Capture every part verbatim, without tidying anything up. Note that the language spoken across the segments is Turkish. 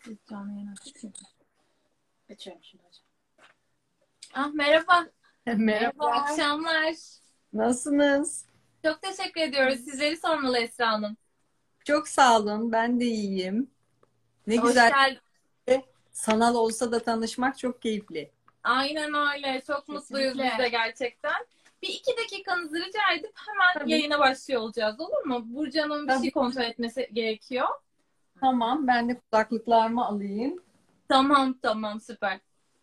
Siz canlı yayın açın. Açıyorum şimdi hocam. Ah merhaba. Merhaba. İyi akşamlar. Nasılsınız? Çok teşekkür ediyoruz. Sizleri sormalı Esra Hanım. Çok sağ olun. Ben de iyiyim. Ne Hoş güzel. geldin. Sanal olsa da tanışmak çok keyifli. Aynen öyle. Çok mutluyuz biz de gerçekten. Bir iki dakikanızı rica edip hemen Tabii. yayına başlıyor olacağız, olur mu? Burcu Hanım'ın bir Tabii. şey kontrol etmesi gerekiyor. Tamam, ben de kulaklıklarımı alayım. Tamam tamam, süper.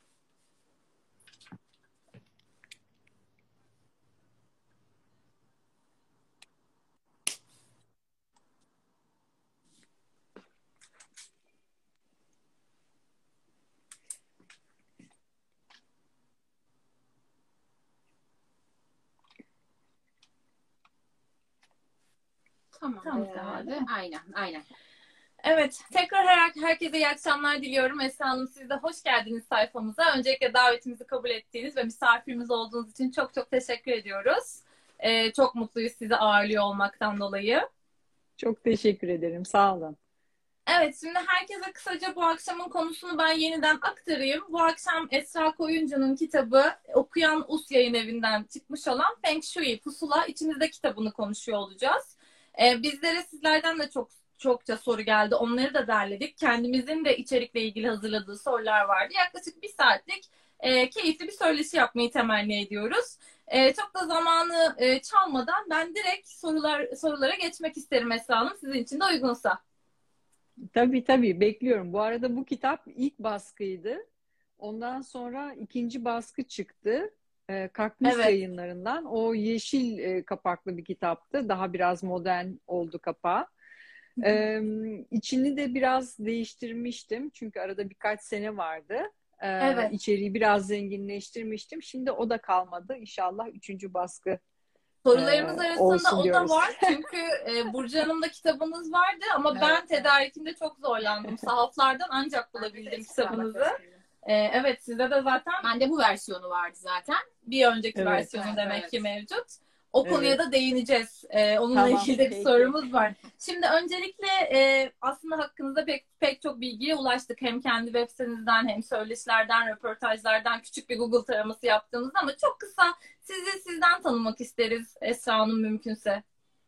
Tamam. Tamam, herhalde. Aynen, aynen. Evet, tekrar her, herkese iyi akşamlar diliyorum. Esra Hanım, siz de hoş geldiniz sayfamıza. Öncelikle davetimizi kabul ettiğiniz ve misafirimiz olduğunuz için çok çok teşekkür ediyoruz. Ee, çok mutluyuz sizi ağırlıyor olmaktan dolayı. Çok teşekkür ederim. Sağ olun. Evet, şimdi herkese kısaca bu akşamın konusunu ben yeniden aktarayım. Bu akşam Esra Koyuncu'nun kitabı Okuyan Us Yayın Evi'nden çıkmış olan Feng Shui Pusula, içimizde kitabını konuşuyor olacağız. Ee, bizlere sizlerden de çok çokça soru geldi. Onları da derledik. Kendimizin de içerikle ilgili hazırladığı sorular vardı. Yaklaşık bir saatlik e, keyifli bir söyleşi yapmayı temenni ediyoruz. E, çok da zamanı e, çalmadan ben direkt sorular sorulara geçmek isterim Esra Hanım, sizin için de uygunsa. Tabii tabii bekliyorum. Bu arada bu kitap ilk baskıydı. Ondan sonra ikinci baskı çıktı. Ee, Kaktüs Evet. Yayınlarından. O yeşil e, kapaklı bir kitaptı. Daha biraz modern oldu kapağı. Ee, içini de biraz değiştirmiştim. Çünkü arada birkaç sene vardı. Ee, Evet. içeriği biraz zenginleştirmiştim. Şimdi o da kalmadı. İnşallah üçüncü baskı Sorularımız e, arasında olsun o da diyoruz. var. Çünkü e, Burcu Hanım'da kitabınız vardı ama Evet, ben evet. tedarikinde çok zorlandım. Sahaflardan ancak bulabildim kitabınızı. E, evet, sizde de zaten Bende bu versiyonu vardı zaten. bir önceki Evet. versiyonu Evet, demek evet. ki mevcut. O Evet. konuya da değineceğiz. Ee, onunla Tamam, ilgili de bir peki. sorumuz var. Şimdi öncelikle e, aslında hakkınızda pek pek çok bilgiye ulaştık. Hem kendi web sitenizden hem söyleşilerden, röportajlardan küçük bir Google taraması yaptığımızda, ama çok kısa sizi sizden tanımak isteriz Esra Hanım, mümkünse.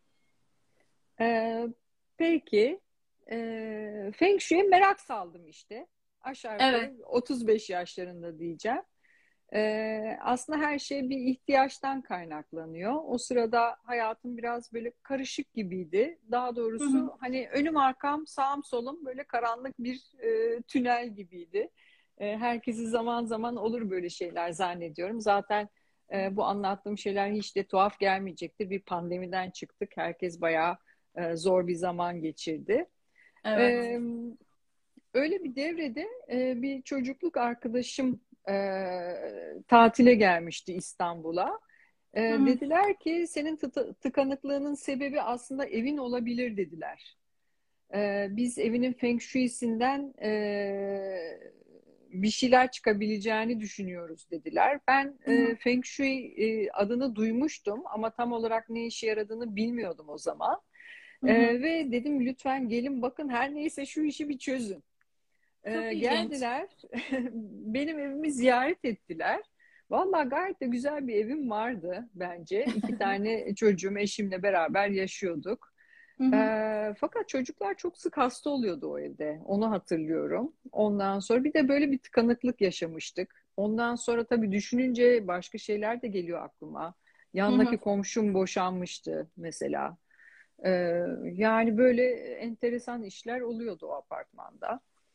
Ee, peki. Ee, Feng Shui'ye merak saldım işte. Aşağı Evet. yukarı otuz beş yaşlarında diyeceğim. Ee, aslında her şey bir ihtiyaçtan kaynaklanıyor. O sırada hayatım biraz böyle karışık gibiydi. Daha Hı hı. doğrusu hani önüm arkam sağım solum böyle karanlık bir e, tünel gibiydi. E, herkesi zaman zaman olur böyle şeyler zannediyorum. Zaten e, bu anlattığım şeyler hiç de tuhaf gelmeyecektir. Bir pandemiden çıktık. Herkes bayağı e, zor bir zaman geçirdi. Evet. E, öyle bir devrede e, bir çocukluk arkadaşım e, tatile gelmişti İstanbul'a. E, Hı hı. dediler ki senin tıta- tıkanıklığının sebebi aslında evin olabilir dediler. E, biz evinin Feng Shui'sinden e, bir şeyler çıkabileceğini düşünüyoruz dediler. Ben Hı e, hı. Feng Shui e, adını duymuştum ama tam olarak ne işe yaradığını bilmiyordum o zaman. Hı E, hı. ve dedim lütfen gelin bakın her neyse şu işi bir çözün. Çok Ee, ilginç. geldiler, benim evimi ziyaret ettiler. Vallahi gayet de güzel bir evim vardı bence. İki tane çocuğum eşimle beraber yaşıyorduk. Hı hı. Ee, fakat çocuklar çok sık hasta oluyordu o evde. Onu hatırlıyorum. Ondan sonra bir de böyle bir tıkanıklık yaşamıştık. Ondan sonra tabii düşününce başka şeyler de geliyor aklıma. Hı hı. Yanındaki komşum boşanmıştı mesela. Ee, yani böyle enteresan işler oluyordu o apartmanda.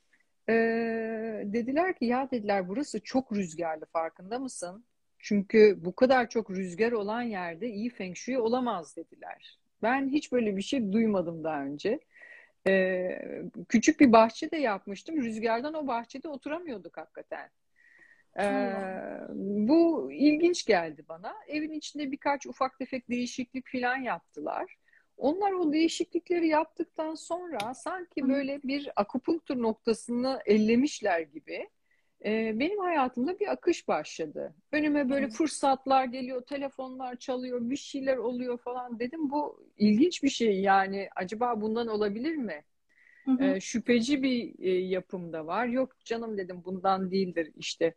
Ee, dediler ki ya dediler burası çok rüzgarlı farkında mısın? Çünkü bu kadar çok rüzgar olan yerde iyi feng shui olamaz dediler. Ben hiç böyle bir şey duymadım daha önce. Ee, küçük bir bahçe de yapmıştım. Rüzgardan o bahçede oturamıyorduk hakikaten. Allah. Ee, bu ilginç geldi bana. Evin içinde birkaç ufak tefek değişiklik falan yaptılar. Onlar o değişiklikleri yaptıktan sonra Hı sanki hı. böyle bir akupunktur noktasını ellemişler gibi e, benim hayatımda bir akış başladı. Önüme böyle Evet. fırsatlar geliyor, telefonlar çalıyor, bir şeyler oluyor falan dedim. Bu ilginç bir şey yani acaba bundan olabilir mi? Hı hı. E, şüpheci bir e, yapım da var. Yok canım dedim, bundan değildir işte.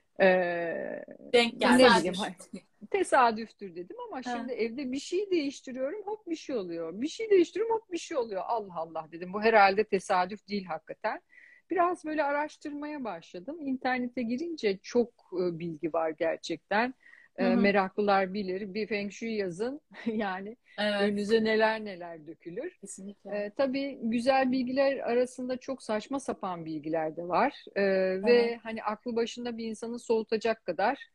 E, Denk ne geldi. bileyim, hay- tesadüftür dedim ama Ha. şimdi evde bir şey değiştiriyorum, hop bir şey oluyor. Bir şey değiştiriyorum, hop bir şey oluyor. Allah Allah dedim, bu herhalde tesadüf değil hakikaten. Biraz böyle araştırmaya başladım. İnternete girince çok e, bilgi var gerçekten. Hı E, hı. meraklılar bilir. Bir Feng Shui yazın. Yani Evet. önünüze neler neler dökülür. Kesinlikle. E, tabii güzel bilgiler arasında çok saçma sapan bilgiler de var. E, Evet. ve hani aklı başında bir insanı soğutacak kadar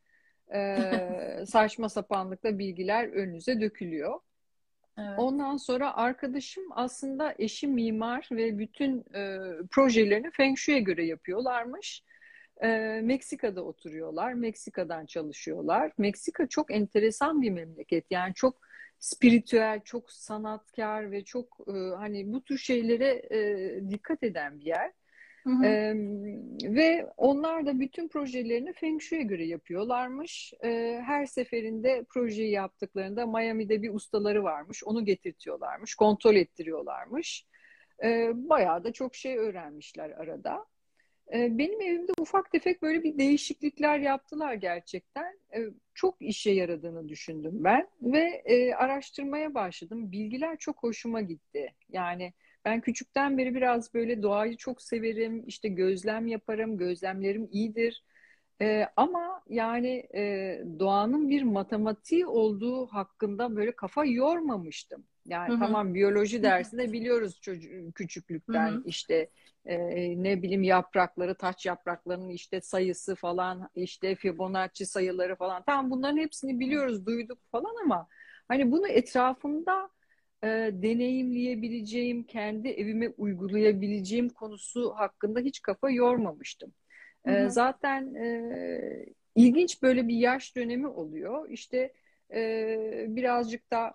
e, saçma sapanlıkla bilgiler önünüze dökülüyor. Evet. Ondan sonra arkadaşım, aslında eşi mimar ve bütün e, projelerini Feng Shui'ye göre yapıyorlarmış. E, Meksika'da oturuyorlar, Meksika'dan çalışıyorlar. Meksika çok enteresan bir memleket. Yani çok spiritüel, çok sanatkar ve çok e, hani bu tür şeylere e, dikkat eden bir yer. Hı hı. Ee, ve onlar da bütün projelerini Feng Shui'ye göre yapıyorlarmış. Ee, her seferinde projeyi yaptıklarında Miami'de bir ustaları varmış. Onu getirtiyorlarmış, kontrol ettiriyorlarmış. Ee, bayağı da çok şey öğrenmişler arada. Ee, benim evimde ufak tefek böyle bir değişiklikler yaptılar gerçekten. Ee, çok işe yaradığını düşündüm ben ve e, araştırmaya başladım. Bilgiler çok hoşuma gitti. Yani ben küçükten beri biraz böyle doğayı çok severim. İşte gözlem yaparım, gözlemlerim iyidir. Ee, ama yani e, doğanın bir matematiği olduğu hakkında böyle kafa yormamıştım. Hı Yani hı. tamam, biyoloji Hı dersinde biliyoruz çocuk, küçüklükten hı. işte e, ne bileyim yaprakları, taç yapraklarının işte sayısı falan, işte Fibonacci sayıları falan. Tamam, bunların hepsini biliyoruz, duyduk falan ama hani bunu etrafında e, deneyimleyebileceğim, kendi evime uygulayabileceğim konusu hakkında hiç kafa yormamıştım. Hı E, hı. zaten e, ilginç böyle bir yaş dönemi oluyor. İşte e, birazcık da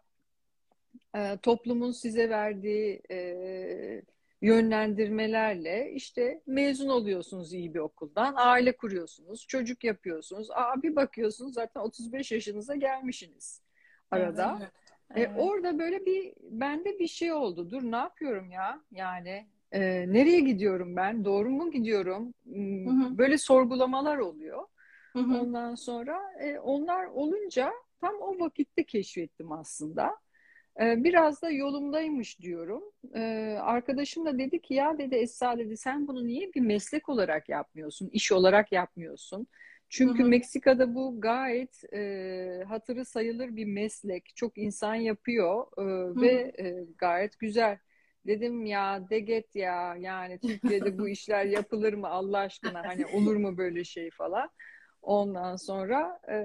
e, toplumun size verdiği e, yönlendirmelerle işte mezun oluyorsunuz iyi bir okuldan, aile kuruyorsunuz, çocuk yapıyorsunuz. Aa, bir bakıyorsunuz zaten otuz beş yaşınıza gelmişsiniz arada. Evet. E, Evet. orada böyle bir bende bir şey oldu. Dur, ne yapıyorum ya? Yani e, nereye gidiyorum ben? Doğru mu gidiyorum? Hı Hmm, hı. Böyle sorgulamalar oluyor. Hı hı. Ondan sonra e, onlar olunca tam o vakitte keşfettim aslında. E, biraz da yolumdaymış diyorum. E, arkadaşım da dedi ki, ya dedi Esra dedi, sen bunu niye bir meslek olarak yapmıyorsun, iş olarak yapmıyorsun? Hı Çünkü hı. Meksika'da bu gayet e, hatırı sayılır bir meslek. Çok insan yapıyor e, Hı ve hı. e, gayet güzel. Dedim ya Deget ya, yani Türkiye'de bu işler yapılır mı Allah aşkına, hani olur mu böyle şey falan. Ondan sonra e,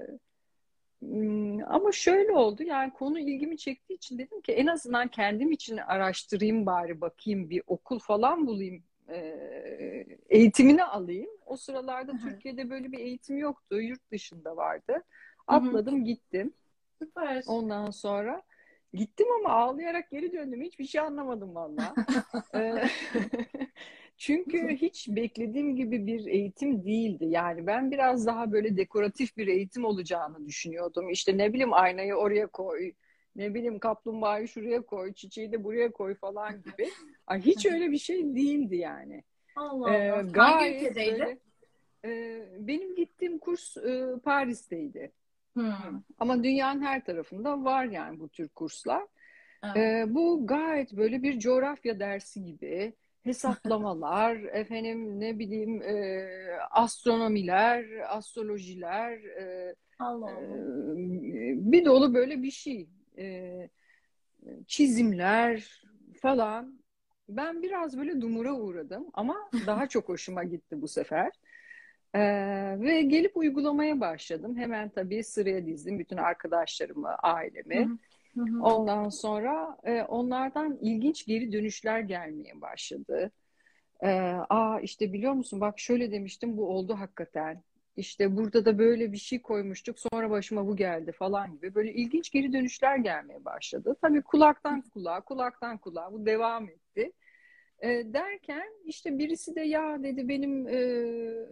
Hmm, ama şöyle oldu, yani konu ilgimi çektiği için dedim ki en azından kendim için araştırayım, bari bakayım, bir okul falan bulayım, e, eğitimini alayım. O sıralarda Türkiye'de böyle bir eğitim yoktu, yurt dışında vardı. Hı hı. Atladım gittim. Süper. Ondan sonra gittim ama ağlayarak geri döndüm, hiçbir şey anlamadım valla. Ee, Çünkü hiç beklediğim gibi bir eğitim değildi. Yani ben biraz daha böyle dekoratif bir eğitim olacağını düşünüyordum. İşte ne bileyim, aynayı oraya koy, ne bileyim kaplumbağayı şuraya koy, çiçeği de buraya koy falan gibi. Ay, hiç öyle bir şey değildi yani. Allah Ee, Allah. Hangi gayet ülkedeydi? böyle e, benim gittiğim kurs e, Paris'teydi. Hmm. Ama dünyanın her tarafında var yani bu tür kurslar. Evet. Ee, bu gayet böyle bir coğrafya dersi gibi, hesaplamalar, efendim ne bileyim e, astronomiler, astrolojiler, e, Allah e, Allah. bir dolu böyle bir şey. E, çizimler falan. Ben biraz böyle dumura uğradım ama daha çok hoşuma gitti bu sefer. Ee, ve gelip uygulamaya başladım. Hemen tabii sıraya dizdim bütün arkadaşlarımı, Hı ailemi. hı. Hı hı. Ondan sonra e, onlardan ilginç geri dönüşler gelmeye başladı. Ee, aa işte biliyor musun, bak şöyle demiştim, bu oldu hakikaten. İşte burada da böyle bir şey koymuştuk, sonra başıma bu geldi falan gibi böyle ilginç geri dönüşler gelmeye başladı. Tabii kulaktan kulağa, kulaktan kulağa bu devam etti. E, derken işte birisi de ya dedi, benim e,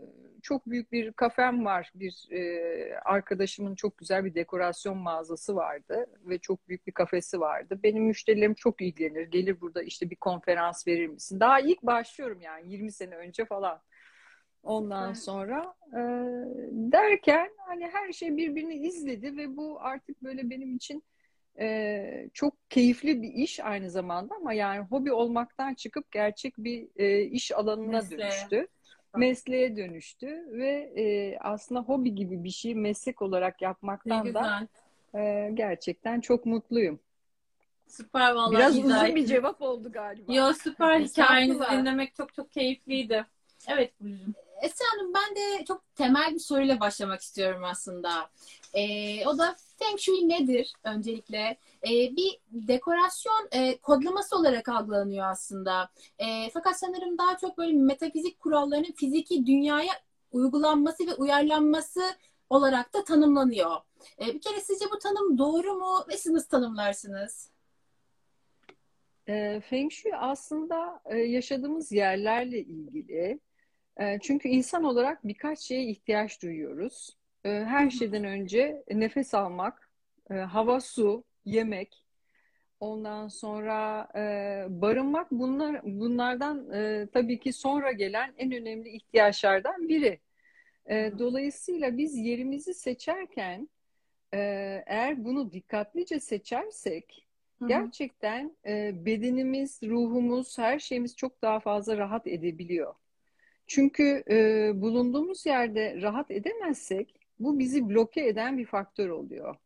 çok büyük bir kafem var. Bir e, arkadaşımın çok güzel bir dekorasyon mağazası vardı ve çok büyük bir kafesi vardı. Benim müşterilerim çok ilgilenir. Gelir burada işte bir konferans verir misin? Daha ilk başlıyorum yani yirmi sene önce falan. Ondan Süper. sonra e, derken hani her şey birbirini izledi ve bu artık böyle benim için e, çok keyifli bir iş aynı zamanda ama yani hobi olmaktan çıkıp gerçek bir e, iş alanına Mesleğe. dönüştü. Mesleğe dönüştü ve e, aslında hobi gibi bir şeyi meslek olarak Ne yapmaktan da güzel. e, gerçekten çok mutluyum. Süper vallahi Biraz uzun bir hidayetiniz. cevap oldu galiba. Yo, süper, hikayenizi Estağfurullah. dinlemek çok çok keyifliydi. Evet Burcu'cum. Esra Hanım, ben de çok temel bir soruyla başlamak istiyorum aslında. Ee, o da Feng Shui nedir öncelikle? Ee, bir dekorasyon e, kodlaması olarak algılanıyor aslında. Ee, fakat sanırım daha çok böyle metafizik kurallarının fiziki dünyaya uygulanması ve uyarlanması olarak da tanımlanıyor. Ee, bir kere sizce bu tanım doğru mu ve siz nasıl tanımlarsınız? E, Feng Shui aslında e, yaşadığımız yerlerle ilgili. E, Çünkü insan olarak birkaç şeye ihtiyaç duyuyoruz. E, Hı Her hı, şeyden önce nefes almak, e, hava, su, yemek, ondan sonra e, barınmak bunlar bunlardan e, tabii ki sonra gelen en önemli ihtiyaçlardan biri. hı E, hı, Dolayısıyla biz yerimizi seçerken e, eğer bunu dikkatlice seçersek Hı hı. gerçekten e, bedenimiz, ruhumuz, her şeyimiz çok daha fazla rahat edebiliyor. Çünkü e, bulunduğumuz yerde rahat edemezsek bu bizi bloke eden bir faktör oluyor.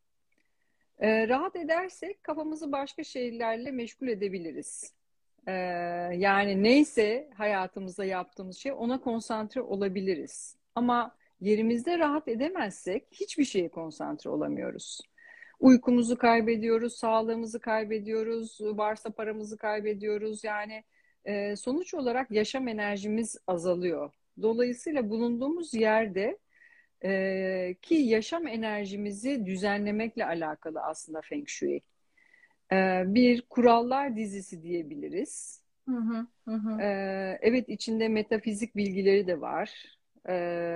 E, rahat edersek kafamızı başka şeylerle meşgul edebiliriz. E, Yani neyse hayatımızda yaptığımız şey ona konsantre olabiliriz. Ama yerimizde rahat edemezsek hiçbir şeye konsantre olamıyoruz. Uykumuzu kaybediyoruz, sağlığımızı kaybediyoruz, varsa paramızı kaybediyoruz. Yani e, sonuç olarak yaşam enerjimiz azalıyor. Dolayısıyla bulunduğumuz yerde e, ki yaşam enerjimizi düzenlemekle alakalı aslında Feng Shui. E, bir kurallar dizisi diyebiliriz. Hı hı. Hı hı. E, evet içinde metafizik bilgileri de var. E,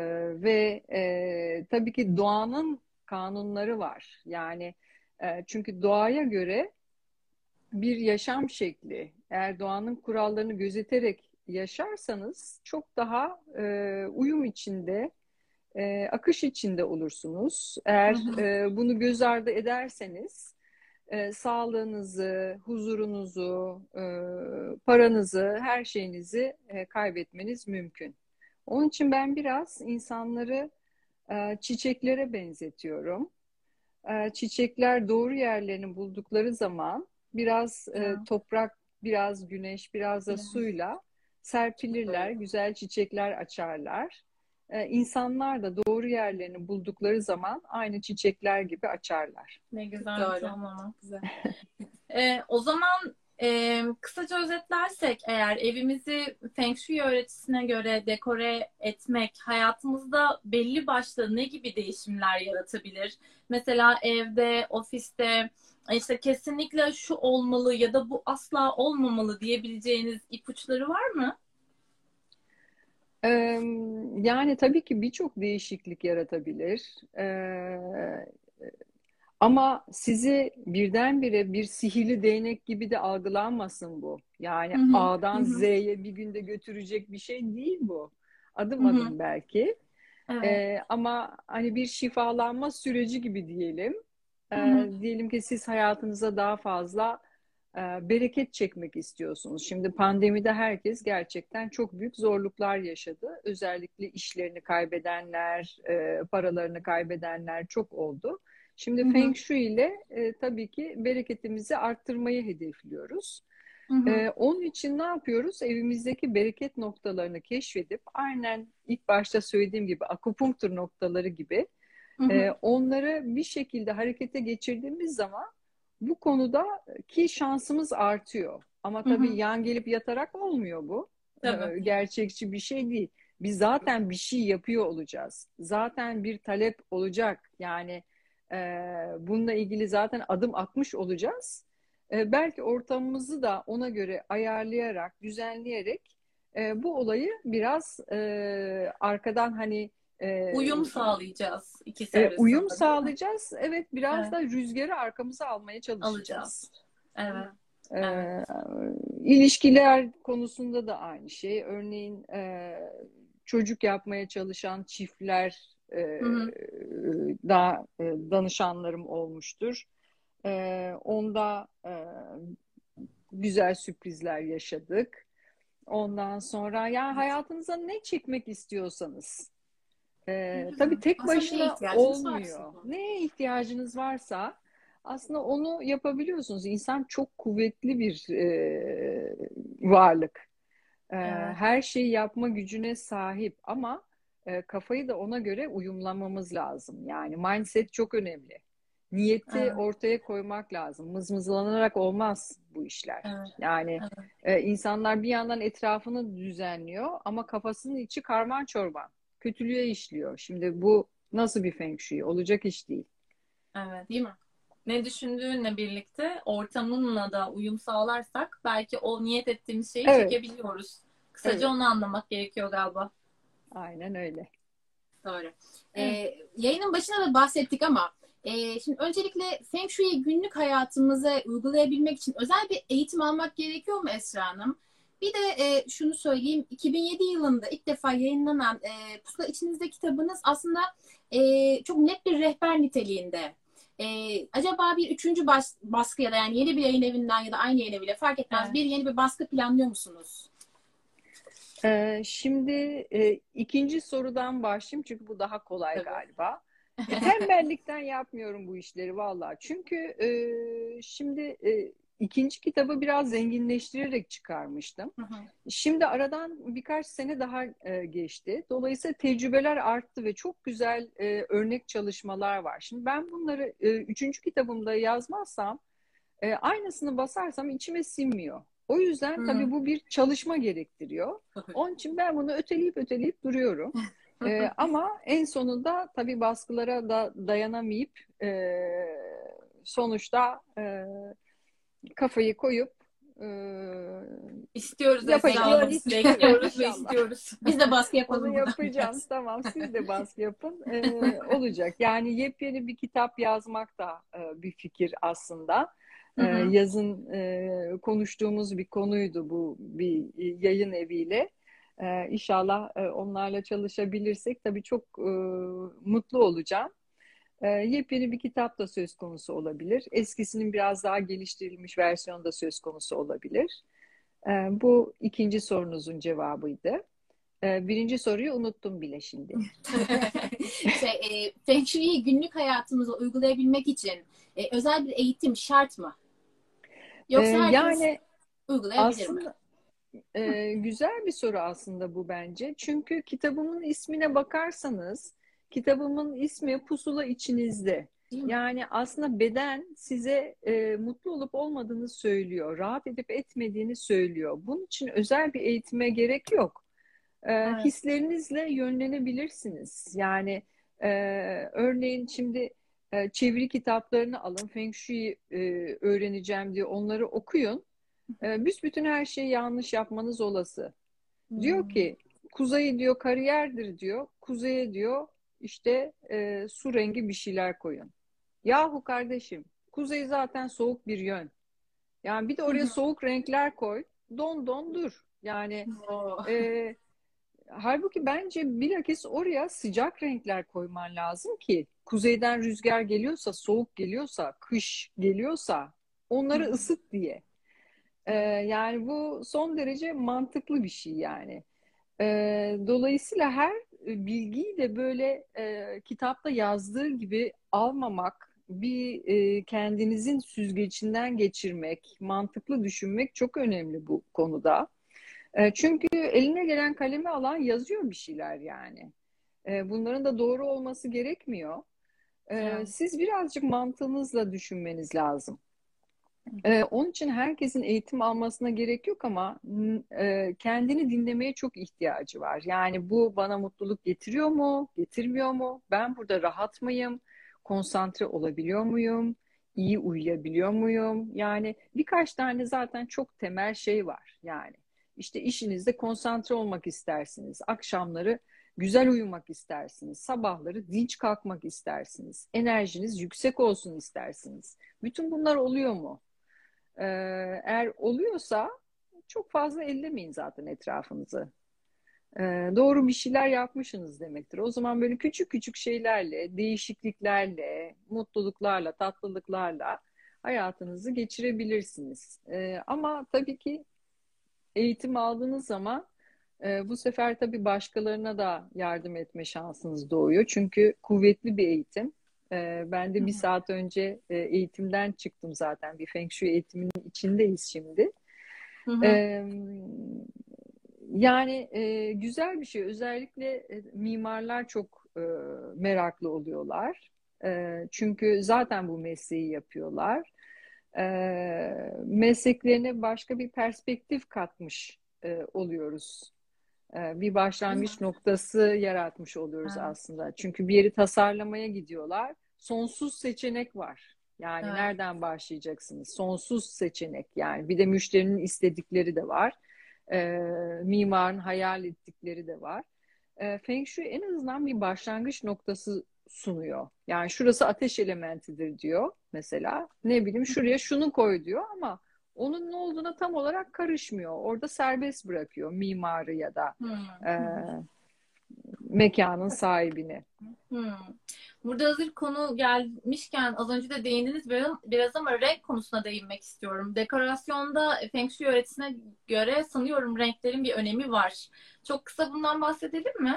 ve e, tabii ki doğanın kanunları var. Yani e, çünkü doğaya göre bir yaşam şekli, eğer doğanın kurallarını gözeterek yaşarsanız çok daha e, uyum içinde, e, akış içinde olursunuz. Hı Eğer hı. e, bunu göz ardı ederseniz e, sağlığınızı, huzurunuzu, e, paranızı, her şeyinizi e, kaybetmeniz mümkün. Onun için ben biraz insanları e, çiçeklere benzetiyorum. E, çiçekler doğru yerlerini buldukları zaman biraz e, Ya, toprak, biraz güneş, biraz da güneş. suyla çok serpilirler, doğru. güzel çiçekler açarlar. E, insanlar da doğru yerlerini buldukları zaman aynı çiçekler gibi açarlar. Ne Çok güzel bir doğru. tanımlama. Güzel. Ee, o zaman e, kısaca özetlersek eğer evimizi Feng Shui öğretisine göre dekore etmek hayatımızda belli başlı ne gibi değişimler yaratabilir? Mesela evde, ofiste işte kesinlikle şu olmalı ya da bu asla olmamalı diyebileceğiniz ipuçları var mı? E, Yani tabii ki birçok değişiklik yaratabilir. E, Ama sizi birdenbire bir sihirli değnek gibi de algılanmasın bu. Yani Hı hı, hı A'dan hı, Z'ye bir günde götürecek bir şey değil bu. hı Adım hı. adım belki. Evet. Ee, ama hani bir şifalanma süreci gibi diyelim. Hı Ee, hı, diyelim ki siz hayatınıza daha fazla e, bereket çekmek istiyorsunuz. Şimdi pandemide herkes gerçekten çok büyük zorluklar yaşadı. Özellikle işlerini kaybedenler, e, paralarını kaybedenler çok oldu. Şimdi hı hı, Feng Shui ile e, tabii ki bereketimizi arttırmayı hedefliyoruz. hı hı, Ee, onun için ne yapıyoruz? Evimizdeki bereket noktalarını keşfedip aynen ilk başta söylediğim gibi akupunktur noktaları gibi hı e, hı, onları bir şekilde harekete geçirdiğimiz zaman bu konuda ki şansımız artıyor. Ama hı tabii hı. yan gelip yatarak olmuyor bu. Tabii. Ee, gerçekçi bir şey değil. Biz zaten bir şey yapıyor olacağız. Zaten bir talep olacak. Yani e, bununla ilgili zaten adım atmış olacağız. E, belki ortamımızı da ona göre ayarlayarak, düzenleyerek e, bu olayı biraz e, arkadan hani e, Uyum sağlayacağız ikisi e, uyum arasında, değil mi? sağlayacağız. Evet, biraz Evet. da rüzgarı arkamıza almaya çalışacağız. Alacağız. Evet. E, Evet. ilişkiler konusunda da aynı şey. Örneğin e, çocuk yapmaya çalışan çiftler e, Hı hı. da e, danışanlarım olmuştur. E, onda e, güzel sürprizler yaşadık. Ondan sonra ya hayatınıza ne çekmek istiyorsanız, Ne e, tabii güzel. tek Aslında neye başına ihtiyacınız varsa. olmuyor. Neye ihtiyacınız varsa aslında onu yapabiliyorsunuz. İnsan çok kuvvetli bir e, varlık. E, Evet. her şeyi yapma gücüne sahip ama e, kafayı da ona göre uyumlamamız lazım. Yani mindset çok önemli. Niyeti Evet. ortaya koymak lazım. Mızmızlanarak olmaz bu işler. Evet. Yani Evet. e, insanlar bir yandan etrafını düzenliyor ama kafasının içi karman çorban. Kötülüğe işliyor. Şimdi bu nasıl bir feng shui? Olacak iş değil. Evet. Değil mi? Ne düşündüğünle birlikte ortamınla da uyum sağlarsak belki o niyet ettiğimiz şeyi Evet, çekebiliyoruz. Kısaca evet. onu anlamak gerekiyor galiba. Aynen öyle. Doğru. Ee, Evet. yayının başında da bahsettik ama e, şimdi öncelikle Feng Shui'yi günlük hayatımıza uygulayabilmek için özel bir eğitim almak gerekiyor mu Esra Hanım? Bir de e, şunu söyleyeyim. iki bin yedi yılında ilk defa yayınlanan e, Pusula İçinizde kitabınız aslında e, çok net bir rehber niteliğinde. E, acaba bir üçüncü bas, baskı ya da yani yeni bir yayın evinden ya da aynı yayın eviyle fark etmez Evet. bir yeni bir baskı planlıyor musunuz? Ee, şimdi e, ikinci sorudan başlayayım çünkü bu daha kolay Tabii. galiba. E, tembellikten yapmıyorum bu işleri vallahi. Çünkü e, şimdi e, ikinci kitabı biraz zenginleştirerek çıkarmıştım. Hı hı. Şimdi aradan birkaç sene daha e, geçti. Dolayısıyla tecrübeler arttı ve çok güzel e, örnek çalışmalar var. Şimdi ben bunları e, üçüncü kitabımda yazmazsam, e, aynısını basarsam içime sinmiyor. O yüzden tabii Hı. bu bir çalışma gerektiriyor. Onun için ben bunu öteleyip öteleyip duruyorum. E, ama en sonunda tabii baskılara da dayanamayıp e, sonuçta e, kafayı koyup e, İstiyoruz Esra yapacağım. Hanım. Evet, Bekliyoruz ve inşallah. istiyoruz. Biz de baskı Onu yapalım buradan yapacağım. biraz. Tamam, siz de baskı yapın. Ee, olacak. Yani yepyeni bir kitap yazmak da e, bir fikir aslında. Hı Ee, hı. yazın e, konuştuğumuz bir konuydu bu bir yayın eviyle. Ee, İnşallah e, onlarla çalışabilirsek tabii çok e, mutlu olacağım. Ee, yepyeni bir kitap da söz konusu olabilir. Eskisinin biraz daha geliştirilmiş versiyonu da söz konusu olabilir. Ee, bu ikinci sorunuzun cevabıydı. Ee, birinci soruyu unuttum bile şimdi. şey, e, Feng Shui'yi günlük hayatımıza uygulayabilmek için e, özel bir eğitim şart mı? Ee, Yoksa herkes yani uygulayabilir mi? aslında e, güzel bir soru aslında bu bence. Çünkü kitabımın ismine bakarsanız, kitabımın ismi Pusula İçinizde. Değil mi? Yani aslında beden size e, mutlu olup olmadığını söylüyor, rahat edip etmediğini söylüyor. Bunun için özel bir eğitime gerek yok. E, Evet. hislerinizle yönlenebilirsiniz. Yani e, örneğin şimdi e, çeviri kitaplarını alın, Feng Shui e, öğreneceğim diye onları okuyun. E, büsbütün her şeyi yanlış yapmanız olası. Diyor Hmm. ki kuzey diyor kariyerdir diyor. Kuzeye diyor işte e, su rengi bir şeyler koyun. Yahu kardeşim, kuzey zaten soğuk bir yön. Yani bir de Hı oraya hı. soğuk renkler koy. Don don dur. Yani Oo. e, halbuki bence bilakis oraya sıcak renkler koyman lazım ki kuzeyden rüzgar geliyorsa, soğuk geliyorsa, kış geliyorsa Hı onları hı. ısıt diye. Ee, Evet. yani bu son derece mantıklı bir şey yani. Ee, dolayısıyla her bilgiyi de böyle e, kitapta yazdığı gibi almamak, bir e, kendinizin süzgecinden geçirmek, mantıklı düşünmek çok önemli bu konuda. E, çünkü eline gelen kalemi alan yazıyor bir şeyler yani. E, bunların da doğru olması gerekmiyor. E, Evet. siz birazcık mantığınızla düşünmeniz lazım. Hı hı. Ee, onun için herkesin eğitim almasına gerek yok ama e, kendini dinlemeye çok ihtiyacı var. Yani bu bana mutluluk getiriyor mu, getirmiyor mu? Ben burada rahat mıyım? Konsantre olabiliyor muyum? İyi uyuyabiliyor muyum? Yani birkaç tane zaten çok temel şey var. Yani işte işinizde konsantre olmak istersiniz. Akşamları güzel uyumak istersiniz. Sabahları dinç kalkmak istersiniz. Enerjiniz yüksek olsun istersiniz. Bütün bunlar oluyor mu? Ee, eğer oluyorsa çok fazla ellemeyin zaten etrafınızı. Ee, doğru bir şeyler yapmışsınız demektir. O zaman böyle küçük küçük şeylerle, değişikliklerle, mutluluklarla, tatlılıklarla hayatınızı geçirebilirsiniz. Ee, ama tabii ki eğitim aldığınız zaman e, bu sefer tabii başkalarına da yardım etme şansınız doğuyor. Çünkü kuvvetli bir eğitim. Ee, ben de bir saat önce e, eğitimden çıktım zaten. Bir Feng Shui eğitiminin içindeyiz şimdi. Hı hı. Ee, yani e, güzel bir şey. Özellikle e, mimarlar çok e, meraklı oluyorlar. E, çünkü zaten bu mesleği yapıyorlar. E, mesleklerine başka bir perspektif katmış e, oluyoruz. E, bir Değil mi? başlangıç noktası yaratmış oluyoruz Evet. aslında. Çünkü bir yeri tasarlamaya gidiyorlar. Sonsuz seçenek var. Yani Evet. nereden başlayacaksınız? Sonsuz seçenek. Yani bir de müşterinin istedikleri de var. E, mimarın hayal ettikleri de var. E, Feng Shui en azından bir başlangıç noktası sunuyor. Yani şurası ateş elementidir diyor mesela. Ne bileyim şuraya şunu koy diyor ama onun ne olduğuna tam olarak karışmıyor. Orada serbest bırakıyor mimarı ya da Hı e, hı. mekanın sahibini. Hmm. Burada hazır konu gelmişken az önce de değindiniz biraz, biraz ama renk konusuna değinmek istiyorum. Dekorasyonda Feng Shui öğretisine göre sanıyorum renklerin bir önemi var. Çok kısa bundan bahsedelim mi?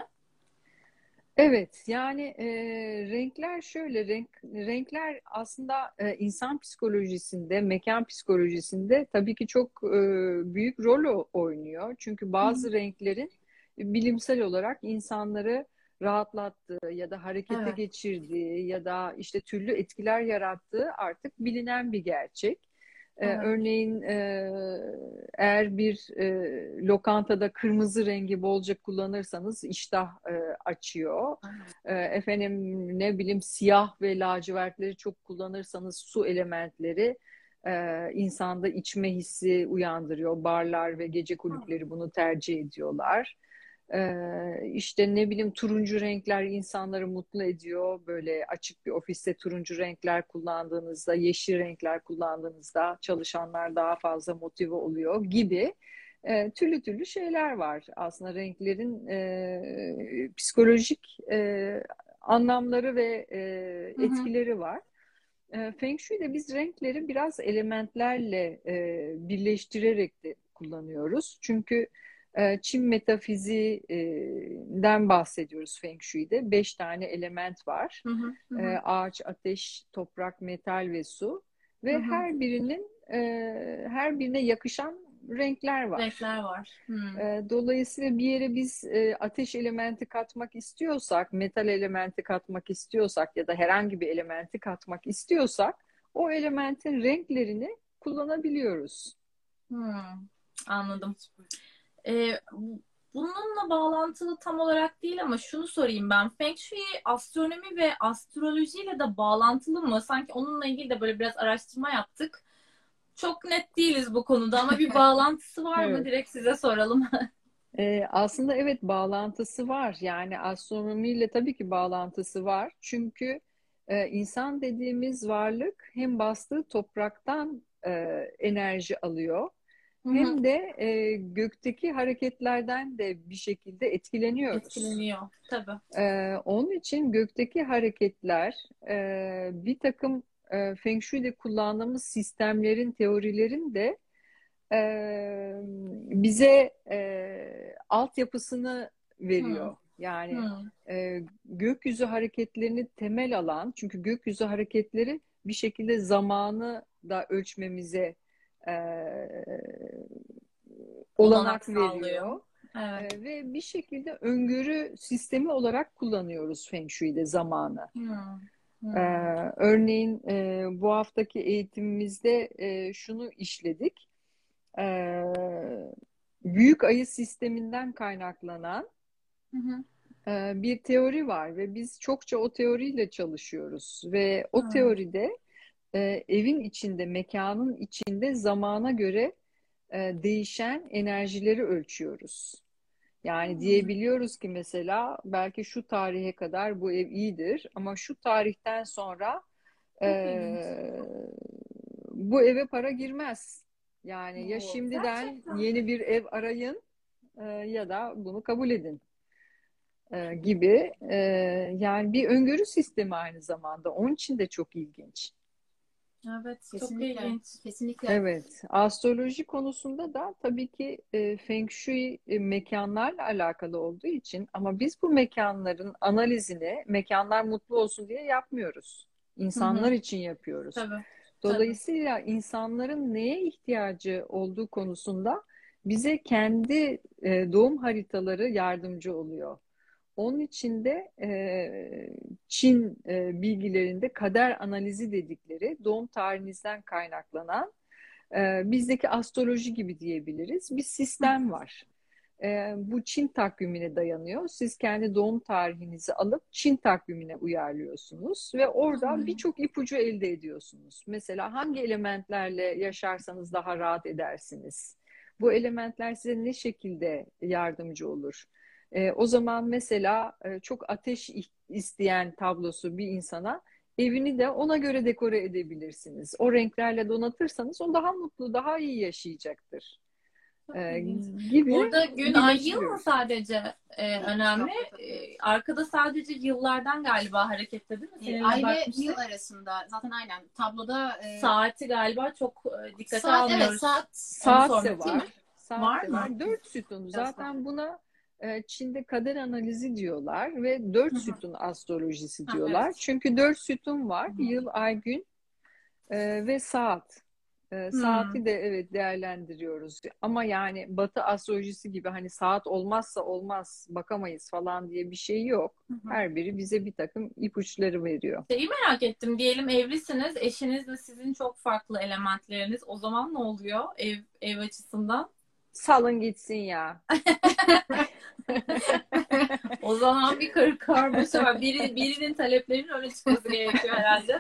Evet, yani e, renkler şöyle, renk renkler aslında e, insan psikolojisinde, mekan psikolojisinde tabii ki çok e, büyük rol o- oynuyor. Çünkü Hı bazı hı. renklerin bilimsel olarak insanları rahatlattığı ya da harekete Evet. geçirdiği ya da işte türlü etkiler yarattığı artık bilinen bir gerçek. E, Evet. örneğin e, eğer bir e, lokantada kırmızı rengi bolca kullanırsanız iştah e, açıyor. E, efendim ne bileyim siyah ve lacivertleri çok kullanırsanız su elementleri e, insanda içme hissi uyandırıyor. Barlar ve gece kulüpleri bunu tercih ediyorlar. Ee, işte ne bileyim turuncu renkler insanları mutlu ediyor. Böyle açık bir ofiste turuncu renkler kullandığınızda, yeşil renkler kullandığınızda çalışanlar daha fazla motive oluyor gibi e, türlü türlü şeyler var. Aslında renklerin e, psikolojik e, anlamları ve e, Hı hı. etkileri var. E, Feng Shui'de biz renkleri biraz elementlerle e, birleştirerek de kullanıyoruz. Çünkü e, Çin metafiziğinden bahsediyoruz Feng Shui'de. Beş tane element var. Hı hı. Hı E, hı. ağaç, ateş, toprak, metal ve su. Hı Ve hı. her birinin e, her birine yakışan renkler var. Renkler var. Hı. E, Dolayısıyla bir yere biz e, ateş elementi katmak istiyorsak, metal elementi katmak istiyorsak ya da herhangi bir elementi katmak istiyorsak o elementin renklerini kullanabiliyoruz. Hı. Anladım. Ee, bununla bağlantılı tam olarak değil ama şunu sorayım ben. Feng Shui astronomi ve astrolojiyle de bağlantılı mı? Sanki onunla ilgili de böyle biraz araştırma yaptık. Çok net değiliz bu konuda ama bir bağlantısı var mı? Evet. Direkt size soralım. E, aslında evet bağlantısı var. Yani astronomiyle tabii ki bağlantısı var. Çünkü e, insan dediğimiz varlık hem bastığı topraktan e, enerji alıyor. Hı hı. Hem de e, gökteki hareketlerden de bir şekilde etkileniyoruz. Etkileniyor. Tabii. E, onun için gökteki hareketler e, bir takım e, Feng Shui'de kullandığımız sistemlerin, teorilerin de e, bize e, altyapısını Hı. veriyor. Yani Hı. e, gökyüzü hareketlerini temel alan, çünkü gökyüzü hareketleri bir şekilde zamanı da ölçmemize e, Olanak olanak sağlıyor. veriyor. E, Evet. ve bir şekilde öngörü sistemi olarak kullanıyoruz Feng Shui'de zamanı. Hı. E, Hı. örneğin e, bu haftaki eğitimimizde e, şunu işledik. E, büyük ayı sisteminden kaynaklanan Hı hı. e, bir teori var ve biz çokça o teoriyle çalışıyoruz ve o Hı. teoride e, evin içinde, mekanın içinde zamana göre e, değişen enerjileri ölçüyoruz. Yani diyebiliyoruz ki mesela belki şu tarihe kadar bu ev iyidir ama şu tarihten sonra Çok ilginç. e, bu eve para girmez. Yani ya Oo, şimdiden gerçekten. yeni bir ev arayın e, ya da bunu kabul edin e, gibi. E, yani bir öngörü sistemi aynı zamanda. Onun için de çok ilginç. Evet, çok Kesinlikle. ilginç. Kesinlikle. Evet, astroloji konusunda da tabii ki e, Feng Shui e, mekanlarla alakalı olduğu için ama biz bu mekanların analizini mekanlar mutlu olsun diye yapmıyoruz. Hı İnsanlar hı. için yapıyoruz. Tabii, tabii. Dolayısıyla insanların neye ihtiyacı olduğu konusunda bize kendi e, doğum haritaları yardımcı oluyor. Onun için de e, Çin e, bilgilerinde kader analizi dedikleri doğum tarihinizden kaynaklanan e, bizdeki astroloji gibi diyebiliriz. Bir sistem var. E, bu Çin takvimine dayanıyor. Siz kendi doğum tarihinizi alıp Çin takvimine uyarlıyorsunuz ve orada birçok ipucu elde ediyorsunuz. Mesela hangi elementlerle yaşarsanız daha rahat edersiniz? Bu elementler size ne şekilde yardımcı olur? E, o zaman mesela e, çok ateş isteyen tablosu bir insana evini de ona göre dekore edebilirsiniz. O renklerle donatırsanız o daha mutlu, daha iyi yaşayacaktır. Çok Ee, ilginç. gibi Burada gün, ay, yıl mı birleştiriyoruz. sadece e, önemli? E, arkada sadece yıllardan galiba hareketli değil mi? E, Seninle ay ve yıl bakmıştık. arasında zaten aynen tabloda e, Saati galiba çok e, dikkate saat, evet, almıyoruz. saat Onu Saat de sormak değil mi? var. Saat Var de mı? var. Dört sütun. biraz var. Zaten buna e, Çin'de kader analizi diyorlar ve dört Hı hı. sütun astrolojisi Ha, diyorlar. evet. Çünkü dört sütun var. Hı hı. Yıl, ay, gün e, ve saat. E, Hmm. saati de evet değerlendiriyoruz. Ama yani Batı astrolojisi gibi hani saat olmazsa olmaz, bakamayız falan diye bir şey yok. Hı hı. Her biri bize bir takım ipuçları veriyor. Şeyi merak ettim. Diyelim evlisiniz. Eşinizle sizin çok farklı elementleriniz. O zaman ne oluyor ev ev açısından? Salın gitsin ya. O zaman bir karı karmaşa var. Biri, birinin taleplerinin öne çıkması gerekiyor herhalde.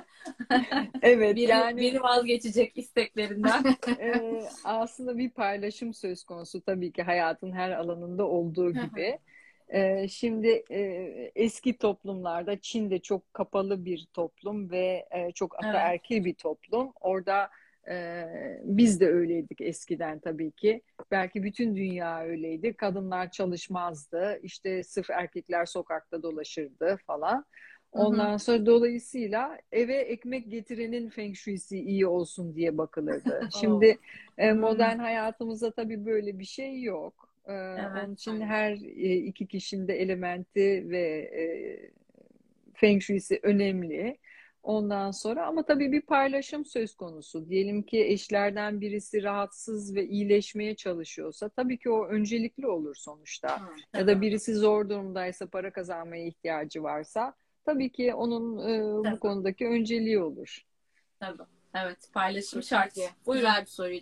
Evet Biri, yani biri vazgeçecek isteklerinden. e, aslında bir paylaşım söz konusu tabii ki hayatın her alanında olduğu gibi. E, şimdi e, eski toplumlarda Çin'de çok kapalı bir toplum ve e, çok Evet. ataerkil bir toplum. Orada e, biz de öyleydik eskiden tabii ki. Belki bütün dünya öyleydi. Kadınlar çalışmazdı. İşte sırf erkekler sokakta dolaşırdı falan. Hı hı. Ondan sonra dolayısıyla eve ekmek getirenin feng shui'si iyi olsun diye bakılırdı. Oo. Şimdi e, Hmm. modern hayatımızda tabii böyle bir şey yok. E, Evet. onun için Aynen. her e, iki kişinin de elementi ve e, feng shui'si önemli. Ondan sonra ama tabii bir paylaşım söz konusu. Diyelim ki eşlerden birisi rahatsız ve iyileşmeye çalışıyorsa tabii ki o öncelikli olur sonuçta. Hı. Ya da Tabii. birisi zor durumdaysa, para kazanmaya ihtiyacı varsa tabii ki onun e, bu Tabii. konudaki önceliği olur. Tabii. Evet. Paylaşım şart. Kesinlikle. Buyurun. Güzel bir soruydu.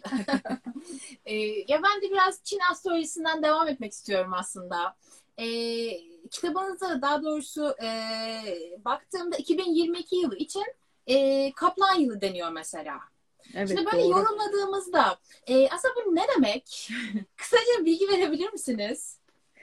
Ee, ya ben de biraz Çin astrolojisinden devam etmek istiyorum aslında. Ee, kitabınızda daha doğrusu e, baktığımda iki bin yirmi iki yılı için e, Kaplan yılı deniyor mesela. Şimdi Evet böyle doğru. yorumladığımızda e, aslında bu ne demek? Kısaca bilgi verebilir misiniz?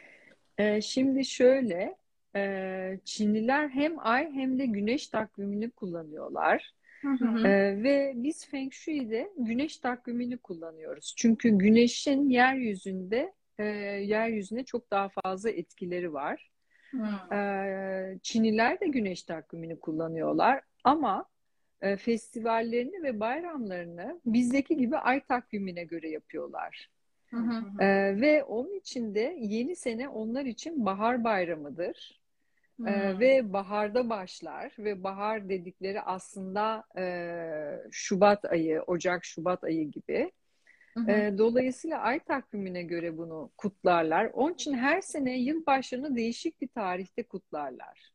E, şimdi şöyle, e, Çinliler hem ay hem de güneş takvimini kullanıyorlar. Hı Hı hı. Ee, hı. ve biz Feng Shui'de güneş takvimini kullanıyoruz. Çünkü güneşin yeryüzünde e, yeryüzüne çok daha fazla etkileri var. Hı. Ee, Çinliler de güneş takvimini kullanıyorlar ama e, festivallerini ve bayramlarını bizdeki gibi ay takvimine göre yapıyorlar. Hı Hı hı. hı. Ee, ve onun için de yeni sene onlar için bahar bayramıdır. Ee, Hı ve baharda başlar ve bahar dedikleri aslında e, Şubat ayı, Ocak-Şubat ayı gibi. hı. E, dolayısıyla ay takvimine göre bunu kutlarlar. Onun için her sene yılbaşlarını değişik bir tarihte kutlarlar.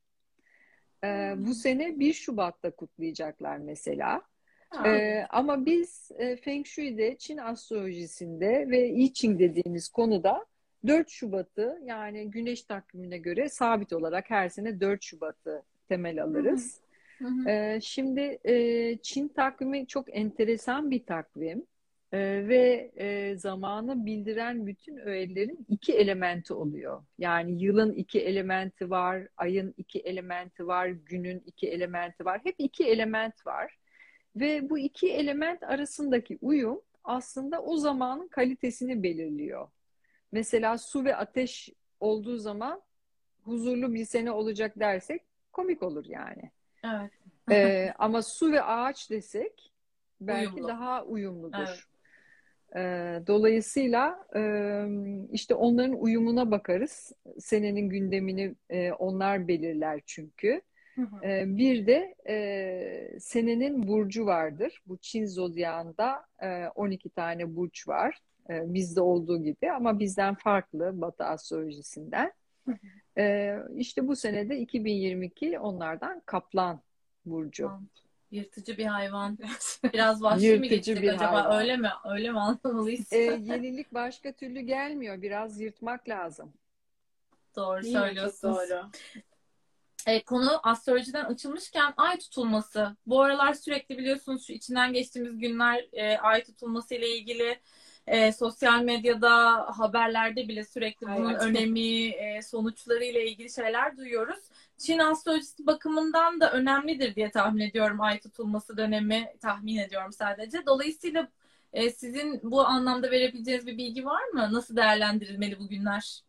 E, bu sene bir Şubat'ta kutlayacaklar mesela. Ha. E, ama biz e, Feng Shui'de, Çin astrolojisinde ve I Ching dediğimiz konuda dört Şubat'ı yani güneş takvimine göre sabit olarak her sene dört Şubat'ı temel Hı hı. alırız. Hı hı. E, şimdi e, Çin takvimi çok enteresan bir takvim. e, ve e, zamanı bildiren bütün öğelerin iki elementi oluyor. Yani yılın iki elementi var, ayın iki elementi var, günün iki elementi var. Hep iki element var. Ve bu iki element arasındaki uyum aslında o zamanın kalitesini belirliyor. Mesela su ve ateş olduğu zaman huzurlu bir sene olacak dersek komik olur yani. Evet. Ee, ama su ve ağaç desek belki Uyumlu. daha uyumludur. Evet. Ee, dolayısıyla e, işte onların uyumuna bakarız. Senenin gündemini e, onlar belirler çünkü. Hı hı. Ee, bir de e, senenin burcu vardır. Bu Çin zodyağında e, on iki tane burç var. E, bizde olduğu gibi ama bizden farklı Batı astrolojisinden. E, işte bu senede iki bin yirmi iki onlardan Kaplan burcu. Yırtıcı bir hayvan. Biraz vahşi mi Yırtıcı geçtik bir acaba? hayvan. Öyle mi? Öyle mi anlamalıyız? E, yenilik başka türlü gelmiyor. Biraz yırtmak lazım. Doğru Değil mi? Çok söylüyorsunuz. doğru. E, konu astrolojiden açılmışken ay tutulması. Bu aralar sürekli biliyorsunuz şu içinden geçtiğimiz günler e, ay tutulması ile ilgili e, sosyal medyada, haberlerde bile sürekli bunun Evet. önemi, e, sonuçları ile ilgili şeyler duyuyoruz. Çin astrolojisi bakımından da önemlidir diye tahmin ediyorum ay tutulması dönemi, tahmin ediyorum sadece. Dolayısıyla e, sizin bu anlamda verebileceğiniz bir bilgi var mı? Nasıl değerlendirilmeli bu günler?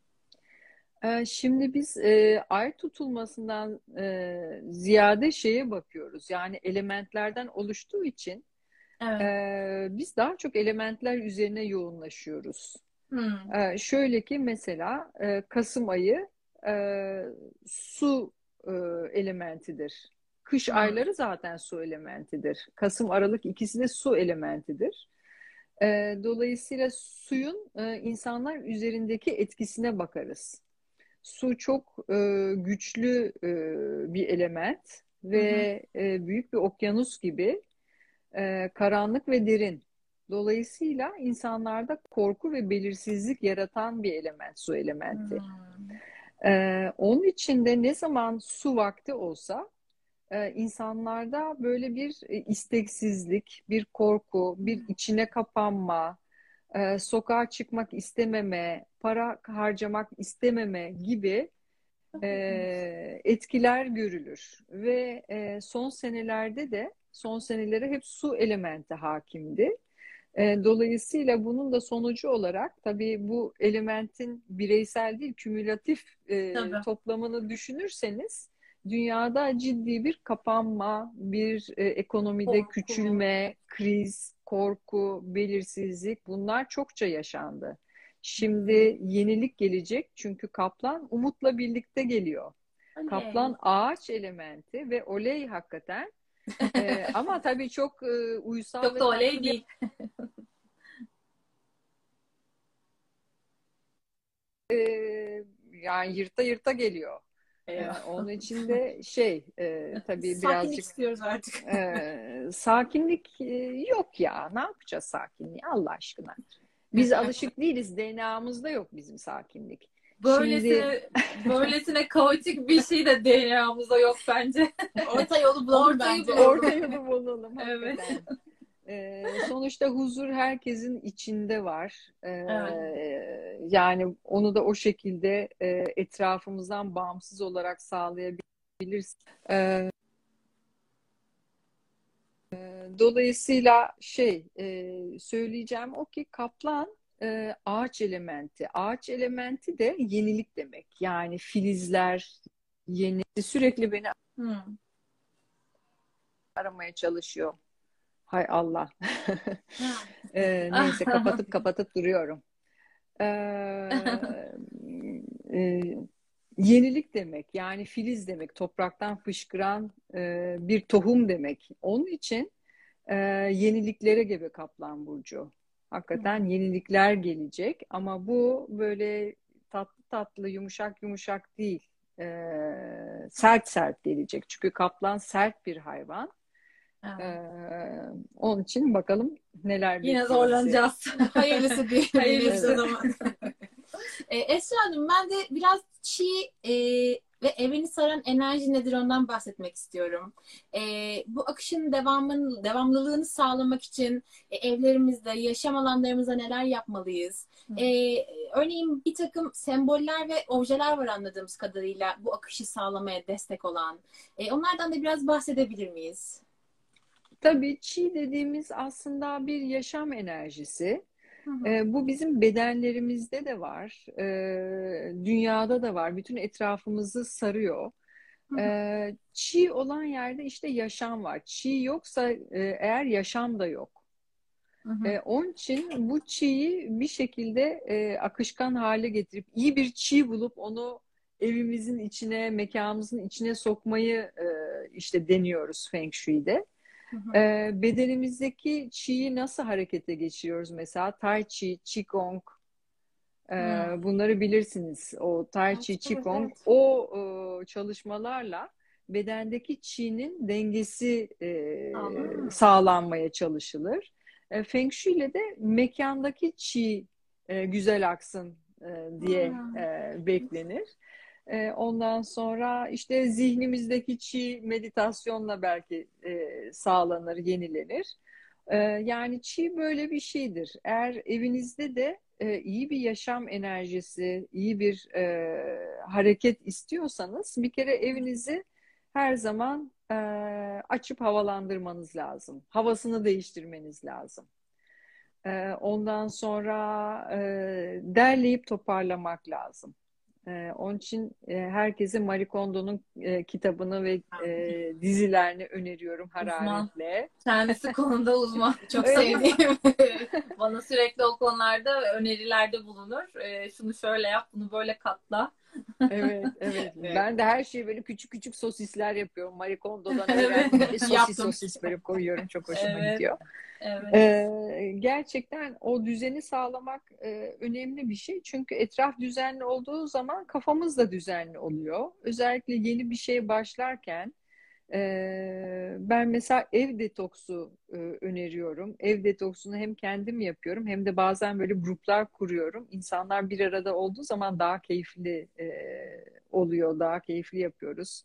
Ee, Şimdi biz e, ay tutulmasından e, ziyade şeye bakıyoruz. Yani elementlerden oluştuğu için Evet. e, biz daha çok elementler üzerine yoğunlaşıyoruz. Hmm. E, şöyle ki mesela e, Kasım ayı e, su e, elementidir. Kış Hmm. ayları zaten su elementidir. Kasım, Aralık ikisi de su elementidir. E, dolayısıyla suyun e, insanlar üzerindeki etkisine bakarız. Su çok e, güçlü e, bir element Hı ve hı. e, büyük bir okyanus gibi e, karanlık ve derin. Dolayısıyla insanlarda korku ve belirsizlik yaratan bir element su elementi. Hmm. E, onun için de ne zaman su vakti olsa e, insanlarda böyle bir e, isteksizlik, bir korku, bir içine kapanma, e, sokağa çıkmak istememe, para harcamak istememe gibi e, etkiler görülür. Ve e, son senelerde de son senelere hep su elementi hakimdi. E, dolayısıyla bunun da sonucu olarak tabii bu elementin bireysel değil, kümülatif e, Tabii. toplamını düşünürseniz dünyada ciddi bir kapanma, bir e, ekonomide Korku. küçülme, kriz, korku, belirsizlik bunlar çokça yaşandı. Şimdi yenilik gelecek çünkü Kaplan umutla birlikte geliyor. Oley. Kaplan ağaç elementi ve oley hakikaten. Ee, ama tabii çok e, uysal Çok ve da tatlı oley bir değil. e, yani yırta yırta geliyor. Ee, Eyvah. onun için de şey e, tabii Sakinlik birazcık istiyoruz artık. e, sakinlik e, yok ya. Ne yapacağız sakinliği Allah aşkına? Biz alışık değiliz. D N A'mızda yok bizim sakinlik. Şimdi Böylesine, böylesine kaotik bir şey de D N A'mızda yok bence. Orta yolu bulalım Ortayı bence. bulalım. orta yolu bulalım Evet. hakikaten. Ee, sonuçta huzur herkesin içinde var. Ee, Evet. yani onu da o şekilde e, etrafımızdan bağımsız olarak sağlayabiliriz. Ee, dolayısıyla şey e, söyleyeceğim o ki kaplan e, ağaç elementi. Ağaç elementi de yenilik demek. Yani filizler yeni sürekli beni Hmm. aramaya çalışıyor. Hay Allah. Ha. Ee, neyse kapatıp kapatıp duruyorum. Ee, e, yenilik demek yani filiz demek topraktan fışkıran e, bir tohum demek. Onun için e, yeniliklere gebe Kaplan burcu. Hakikaten yenilikler gelecek ama bu böyle tatlı tatlı yumuşak yumuşak değil. Ee, sert sert gelecek. Çünkü kaplan sert bir hayvan. Evet. Ee, onun için bakalım neler Yine bekliyor bizi. zorlanacağız. Hayırlısı diye. Hayırlısı o Evet. zaman. E, Esra Hanım ben de biraz çi e, ve evini saran enerji nedir ondan bahsetmek istiyorum. E, bu akışın devamın, devamlılığını sağlamak için e, evlerimizde, yaşam alanlarımızda neler yapmalıyız? E, örneğin bir takım semboller ve objeler var anladığımız kadarıyla bu akışı sağlamaya destek olan. E, onlardan da biraz bahsedebilir miyiz? Tabii çi dediğimiz aslında bir yaşam enerjisi. Hı hı. E, bu bizim bedenlerimizde de var, e, dünyada da var. Bütün etrafımızı sarıyor. Hı hı. E, çi olan yerde işte yaşam var. Çi yoksa e, eğer yaşam da yok. Hı hı. E, onun için bu çiği bir şekilde e, akışkan hale getirip iyi bir çiğ bulup onu evimizin içine, mekanımızın içine sokmayı e, işte deniyoruz Feng Shui'de. Hı hı. E, bedenimizdeki çiği nasıl harekete geçiriyoruz mesela? Tai Chi, Qigong, e, Hı. bunları bilirsiniz. O Tai Chi, Evet, evet, Qigong, evet. o e, çalışmalarla bedendeki çiğnin dengesi e, Aa. sağlanmaya çalışılır. E, Feng Shui ile de mekandaki çi e, güzel aksın e, diye Hı. e, beklenir. E, ondan sonra işte zihnimizdeki çi meditasyonla belki e, sağlanır, yenilenir. E, yani çi böyle bir şeydir. Eğer evinizde de e, iyi bir yaşam enerjisi, iyi bir e, hareket istiyorsanız bir kere evinizi her zaman e, açıp havalandırmanız lazım. Havasını değiştirmeniz lazım. E, ondan sonra e, derleyip toparlamak lazım. E, onun için e, herkese Marie Kondo'nun e, kitabını ve e, dizilerini öneriyorum Uzman. hararetle. Kendisi konuda uzman. Çok Öyle mi? sevdiğim. Bana sürekli o konularda önerilerde bulunur. Ee, şunu şöyle yap, bunu böyle katla. Evet, evet. Evet. Ben de her şeyi böyle küçük küçük sosisler yapıyorum. Marie Kondo'dan Evet. öğrendim diye sosis Yaptım. sosis böyle koyuyorum. Çok hoşuma Evet. gidiyor. Evet. Ee, gerçekten o düzeni sağlamak e, önemli bir şey. Çünkü etraf düzenli olduğu zaman kafamız da düzenli oluyor. Özellikle yeni bir şeye başlarken e, ben mesela ev detoksu e, öneriyorum. Ev detoksunu hem kendim yapıyorum hem de bazen böyle gruplar kuruyorum. İnsanlar bir arada olduğu zaman daha keyifli e, oluyor, daha keyifli yapıyoruz.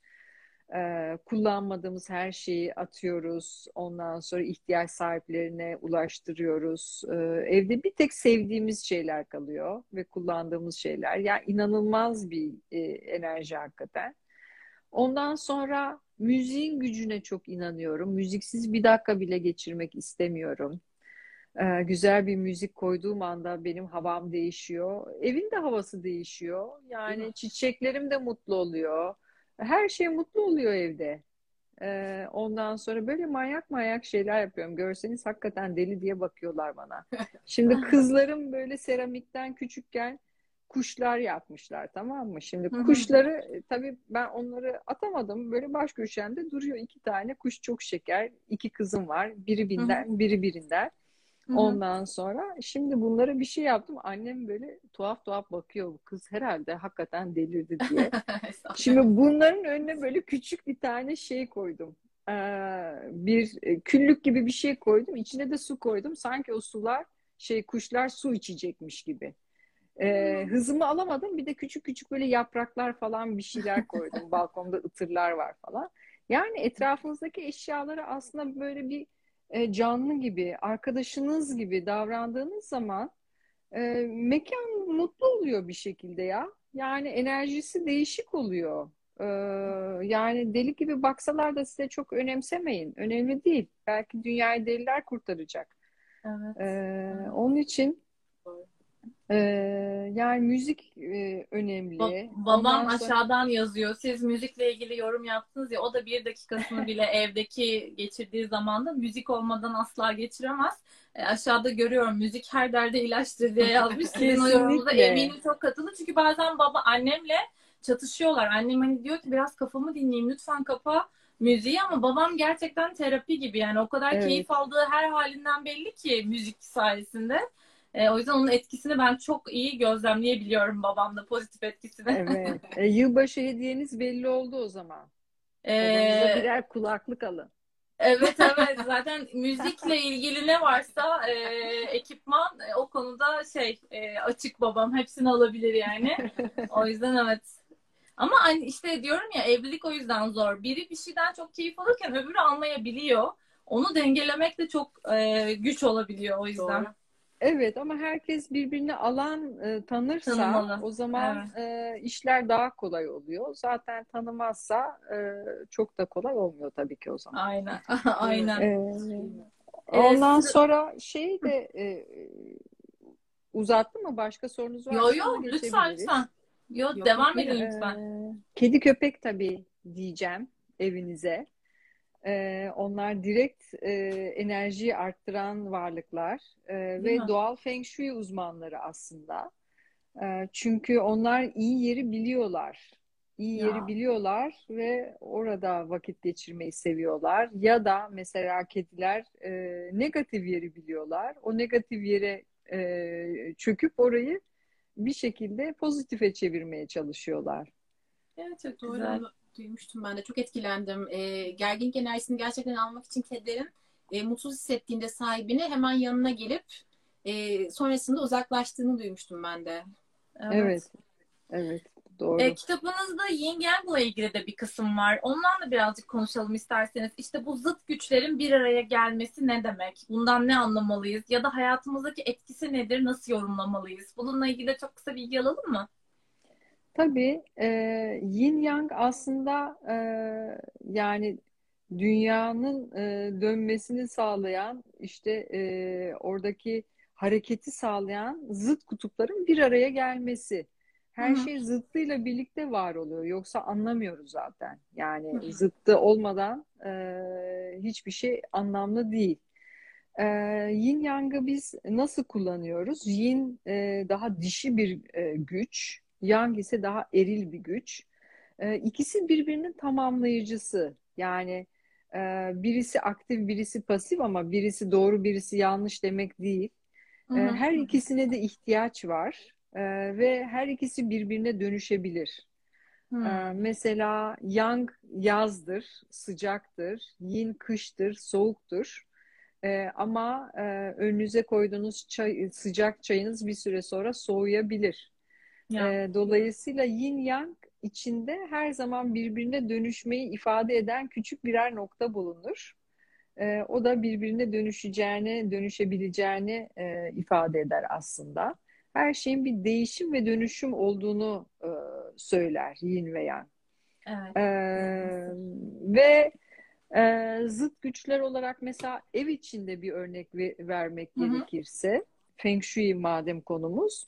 Ee, kullanmadığımız her şeyi atıyoruz. Ondan sonra ihtiyaç sahiplerine ulaştırıyoruz. Ee, evde bir tek sevdiğimiz şeyler kalıyor ve kullandığımız şeyler. Yani inanılmaz bir e, enerji hakikaten. Ondan sonra müziğin gücüne çok inanıyorum. Müziksiz bir dakika bile geçirmek istemiyorum. Ee, güzel bir müzik koyduğum anda benim havam değişiyor. Evin de havası değişiyor. Değil mi? Yani çiçeklerim de mutlu oluyor. Her şey mutlu oluyor evde. Ee, ondan sonra böyle manyak manyak şeyler yapıyorum. Görseniz hakikaten deli diye bakıyorlar bana. Şimdi kızlarım böyle seramikten küçükken kuşlar yapmışlar, tamam mı? Şimdi Hı hı. kuşları e, tabii ben onları atamadım. Böyle baş köşemde duruyor iki tane kuş, çok şeker. İki kızım var. Biri Hı hı. binden, biri birinden. Hı hı. Ondan sonra şimdi bunlara bir şey yaptım. Annem böyle tuhaf tuhaf bakıyor. Bu kız herhalde hakikaten delirdi diye. Şimdi Estağfurullah. bunların önüne böyle küçük bir tane şey koydum. Ee, bir e, küllük gibi bir şey koydum. İçine de su koydum. Sanki o sular şey, kuşlar su içecekmiş gibi. Ee, hızımı alamadım. Bir de küçük küçük böyle yapraklar falan bir şeyler koydum. Balkonda ıtırlar var falan. Yani etrafınızdaki eşyaları aslında böyle bir e, canlı gibi, arkadaşınız gibi davrandığınız zaman e, mekan mutlu oluyor bir şekilde ya. Yani enerjisi değişik oluyor. Ee, yani deli gibi baksalar da size çok önemsemeyin. Önemli değil. Belki dünyayı deliler kurtaracak. Evet. Ee, Evet. onun için Doğru. e, yani müzik e, Ba- önemli. babam Ondan sonra aşağıdan yazıyor. Siz müzikle ilgili yorum yaptınız ya. O da bir dakikasını bile evdeki geçirdiği zamanda müzik olmadan asla geçiremez. E, aşağıda görüyorum, müzik her derde ilaçtır diye yazmış. Sizin o yorumunuza kesinlikle. eminim çok katılır. Çünkü bazen baba annemle çatışıyorlar. Annem hani diyor ki biraz kafamı dinleyeyim lütfen, kapa müziği, ama babam gerçekten terapi gibi, yani o kadar Evet. keyif aldığı her halinden belli ki müzik sayesinde. E, o yüzden onun etkisini ben çok iyi gözlemleyebiliyorum, babamda pozitif etkisini. Evet. E, yılbaşı hediyeniz belli oldu o zaman. Babanıza E, birer kulaklık alın. evet evet, zaten müzikle ilgili ne varsa e, ekipman e, o konuda şey e, açık babam, hepsini alabilir yani. O yüzden evet. Ama hani işte diyorum ya, evlilik o yüzden zor. Biri bir şeyden çok keyif alırken öbürü almayabiliyor. Onu dengelemek de çok e, güç olabiliyor o yüzden. Doğru. Evet ama herkes birbirini alan e, tanırsa Tanımalı. o zaman Evet. e, işler daha kolay oluyor. Zaten tanımazsa e, çok da kolay olmuyor tabii ki o zaman. Aynen. Evet. Aynen. E, E, ondan sıra... sonra şey de e, uzattı mı? Başka sorunuz Yo varsa yo, ona lütfen geçebiliriz. lütfen. Yo, Yok yok, devam buyurun. edin E, lütfen. kedi köpek tabii diyeceğim evinize. Ee, onlar direkt e, enerjiyi arttıran varlıklar e, Değil ve mi? doğal Feng Shui uzmanları aslında. E, çünkü onlar iyi yeri biliyorlar. İyi yeri Ya. biliyorlar ve orada vakit geçirmeyi seviyorlar. Ya da mesela kediler e, negatif yeri biliyorlar. O negatif yere e, çöküp orayı bir şekilde pozitife çevirmeye çalışıyorlar. Evet, çok doğru, Güzel. bunu duymuştum ben de. Çok etkilendim. Ee, gerginlik enerjisini gerçekten almak için kedilerin e, mutsuz hissettiğinde sahibini hemen yanına gelip e, sonrasında uzaklaştığını duymuştum ben de. Evet, Evet. evet, E, doğru. kitabınızda Yin Yang'la ilgili de bir kısım var. Ondan da birazcık konuşalım isterseniz. İşte bu zıt güçlerin bir araya gelmesi ne demek? Bundan ne anlamalıyız? Ya da hayatımızdaki etkisi nedir? Nasıl yorumlamalıyız? Bununla ilgili de çok kısa bilgi alalım mı? Tabii e, Yin Yang aslında e, yani dünyanın e, dönmesini sağlayan işte e, oradaki hareketi sağlayan zıt kutupların bir araya gelmesi. Hı Her hı. şey zıttıyla birlikte var oluyor. Yoksa anlamıyoruz zaten. Hı Yani hı. zıttı olmadan e, hiçbir şey anlamlı değil. E, Yin Yang'ı biz nasıl kullanıyoruz? Yin e, daha dişi bir e, güç, Yang ise daha eril bir güç. E, ikisi birbirinin tamamlayıcısı. Yani e, birisi aktif, birisi pasif ama birisi doğru, birisi yanlış demek değil. Hı E, hı. her ikisine de ihtiyaç var E, ve her ikisi birbirine dönüşebilir. E, Hı. mesela Yang yazdır, sıcaktır, Yin kıştır, soğuktur. Ee, ama e, önünüze koyduğunuz çay, sıcak çayınız bir süre sonra soğuyabilir. Ya. Ee, dolayısıyla yin yang içinde her zaman birbirine dönüşmeyi ifade eden küçük birer nokta bulunur. Ee, o da birbirine dönüşeceğini, dönüşebileceğini e, ifade eder aslında. Her şeyin bir değişim ve dönüşüm olduğunu e, söyler yin ve yang. Evet. Ee, ve ee, zıt güçler olarak mesela ev içinde bir örnek ve- vermek Hı hı. gerekirse Feng Shui madem konumuz.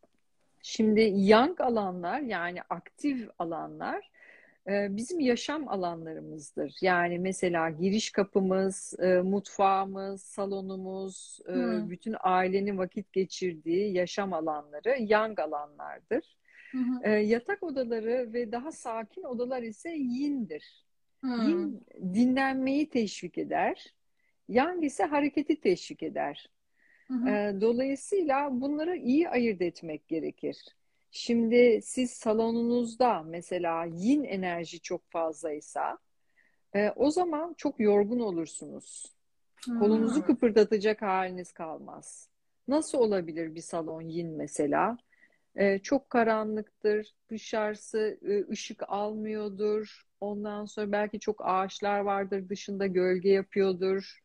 Şimdi yang alanlar yani aktif alanlar e, bizim yaşam alanlarımızdır. Yani mesela giriş kapımız, e, mutfağımız, salonumuz, e, Hı bütün ailenin vakit geçirdiği yaşam alanları yang alanlardır. hı. Hı. E, yatak odaları ve daha sakin odalar ise yindir. Hı. Yin dinlenmeyi teşvik eder. Yang ise hareketi teşvik eder. Hı hı. Ee, Dolayısıyla bunları iyi ayırt etmek gerekir. Şimdi siz salonunuzda mesela yin enerji çok fazlaysa e, o zaman çok yorgun olursunuz. Kolunuzu Hı. kıpırdatacak haliniz kalmaz. Nasıl olabilir bir salon yin mesela? Ee, çok karanlıktır, dışarısı e, ışık almıyordur. Ondan sonra belki çok ağaçlar vardır, dışında gölge yapıyordur.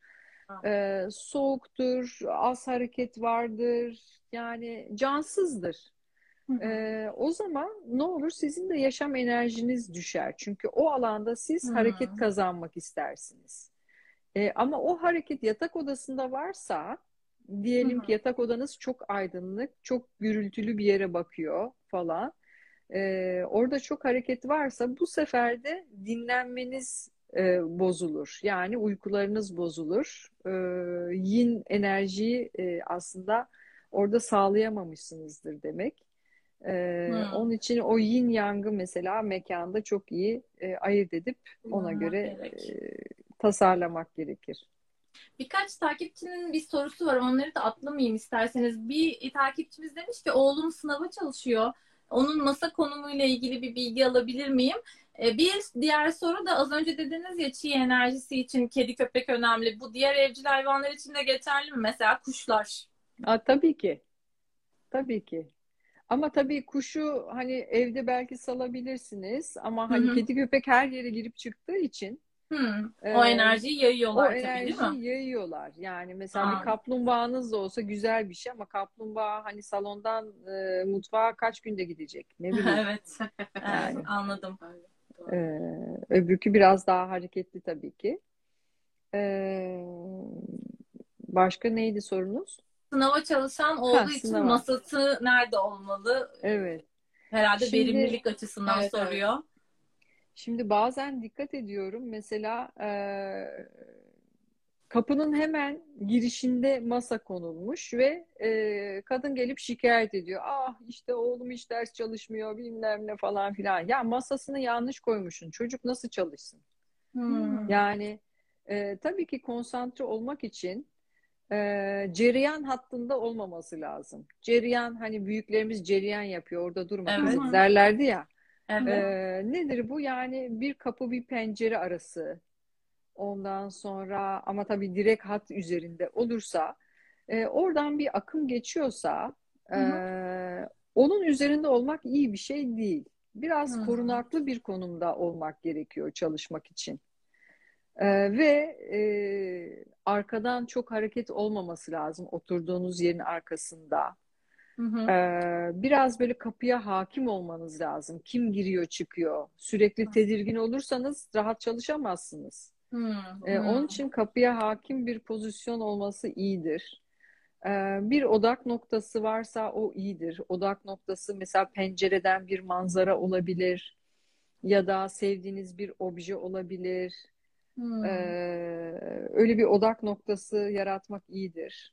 Ee, soğuktur, az hareket vardır. Yani cansızdır. Hı hı. Ee, o zaman ne olur? Sizin de yaşam enerjiniz düşer. Çünkü o alanda siz hareket Hı. kazanmak istersiniz. Ee, ama o hareket yatak odasında varsa, diyelim ki Hı. yatak odanız çok aydınlık, çok gürültülü bir yere bakıyor falan. Ee, orada çok hareket varsa bu sefer de dinlenmeniz e, bozulur. Yani uykularınız bozulur. Ee, yin enerjiyi e, aslında orada sağlayamamışsınızdır demek. Ee, Hı. onun için o yin yangı mesela mekanda çok iyi e, ayırt edip ona Kullanmak göre gerek. e, tasarlamak gerekir. Birkaç takipçinin bir sorusu var. Onları da atlamayayım isterseniz. Bir takipçimiz demiş ki oğlum sınava çalışıyor. Onun masa konumuyla ilgili bir bilgi alabilir miyim? E, Bir diğer soru da az önce dediniz ya, çiğ enerjisi için kedi köpek önemli. Bu diğer evcil hayvanlar için de geçerli mi? Mesela kuşlar. Aa, tabii ki, tabii ki. Ama tabii kuşu hani evde belki salabilirsiniz ama Hı hani hı. kedi köpek her yere girip çıktığı için Hı. O e, enerjiyi o yayıyorlar tabii değil mi? enerjiyi yayıyorlar. Yani mesela bir Aa, kaplumbağanız da olsa güzel bir şey ama kaplumbağa hani salondan e, mutfağa kaç günde gidecek? Ne bileyim. evet. Evet, Yani anladım. e, öbürkü biraz daha hareketli tabii ki. E, başka neydi sorunuz? Sınava çalışan Ha, olduğu için sınava. masası nerede olmalı? Evet. Herhalde Şimdi verimlilik açısından Evet, evet. soruyor. şimdi bazen dikkat ediyorum. Mesela e, kapının hemen girişinde masa konulmuş ve e, kadın gelip şikayet ediyor. Ah işte oğlum hiç ders çalışmıyor bilmem ne falan filan. Ya masasını yanlış koymuşsun. Çocuk nasıl çalışsın? Hmm. Yani e, tabii ki konsantre olmak için e, cereyan hattında olmaması lazım. Cereyan hani büyüklerimiz cereyan yapıyor orada durma Hı Evet, kızım hı. derlerdi ya. E, evet. nedir bu? Yani bir kapı bir pencere arası. Ondan sonra ama tabii direkt hat üzerinde olursa e, oradan bir akım geçiyorsa e, Hı hı. onun üzerinde olmak iyi bir şey değil. Biraz Hmm. korunaklı bir konumda olmak gerekiyor çalışmak için. E, ve e, arkadan çok hareket olmaması lazım oturduğunuz yerin arkasında. Hı E, hı. biraz böyle kapıya hakim olmanız lazım. Kim giriyor çıkıyor. Sürekli tedirgin olursanız rahat çalışamazsınız. Hmm. Ee, onun için kapıya hakim bir pozisyon olması iyidir. Ee, bir odak noktası varsa o iyidir. Odak noktası mesela pencereden bir manzara olabilir ya da sevdiğiniz bir obje olabilir. Ee, Hmm. öyle bir odak noktası yaratmak iyidir.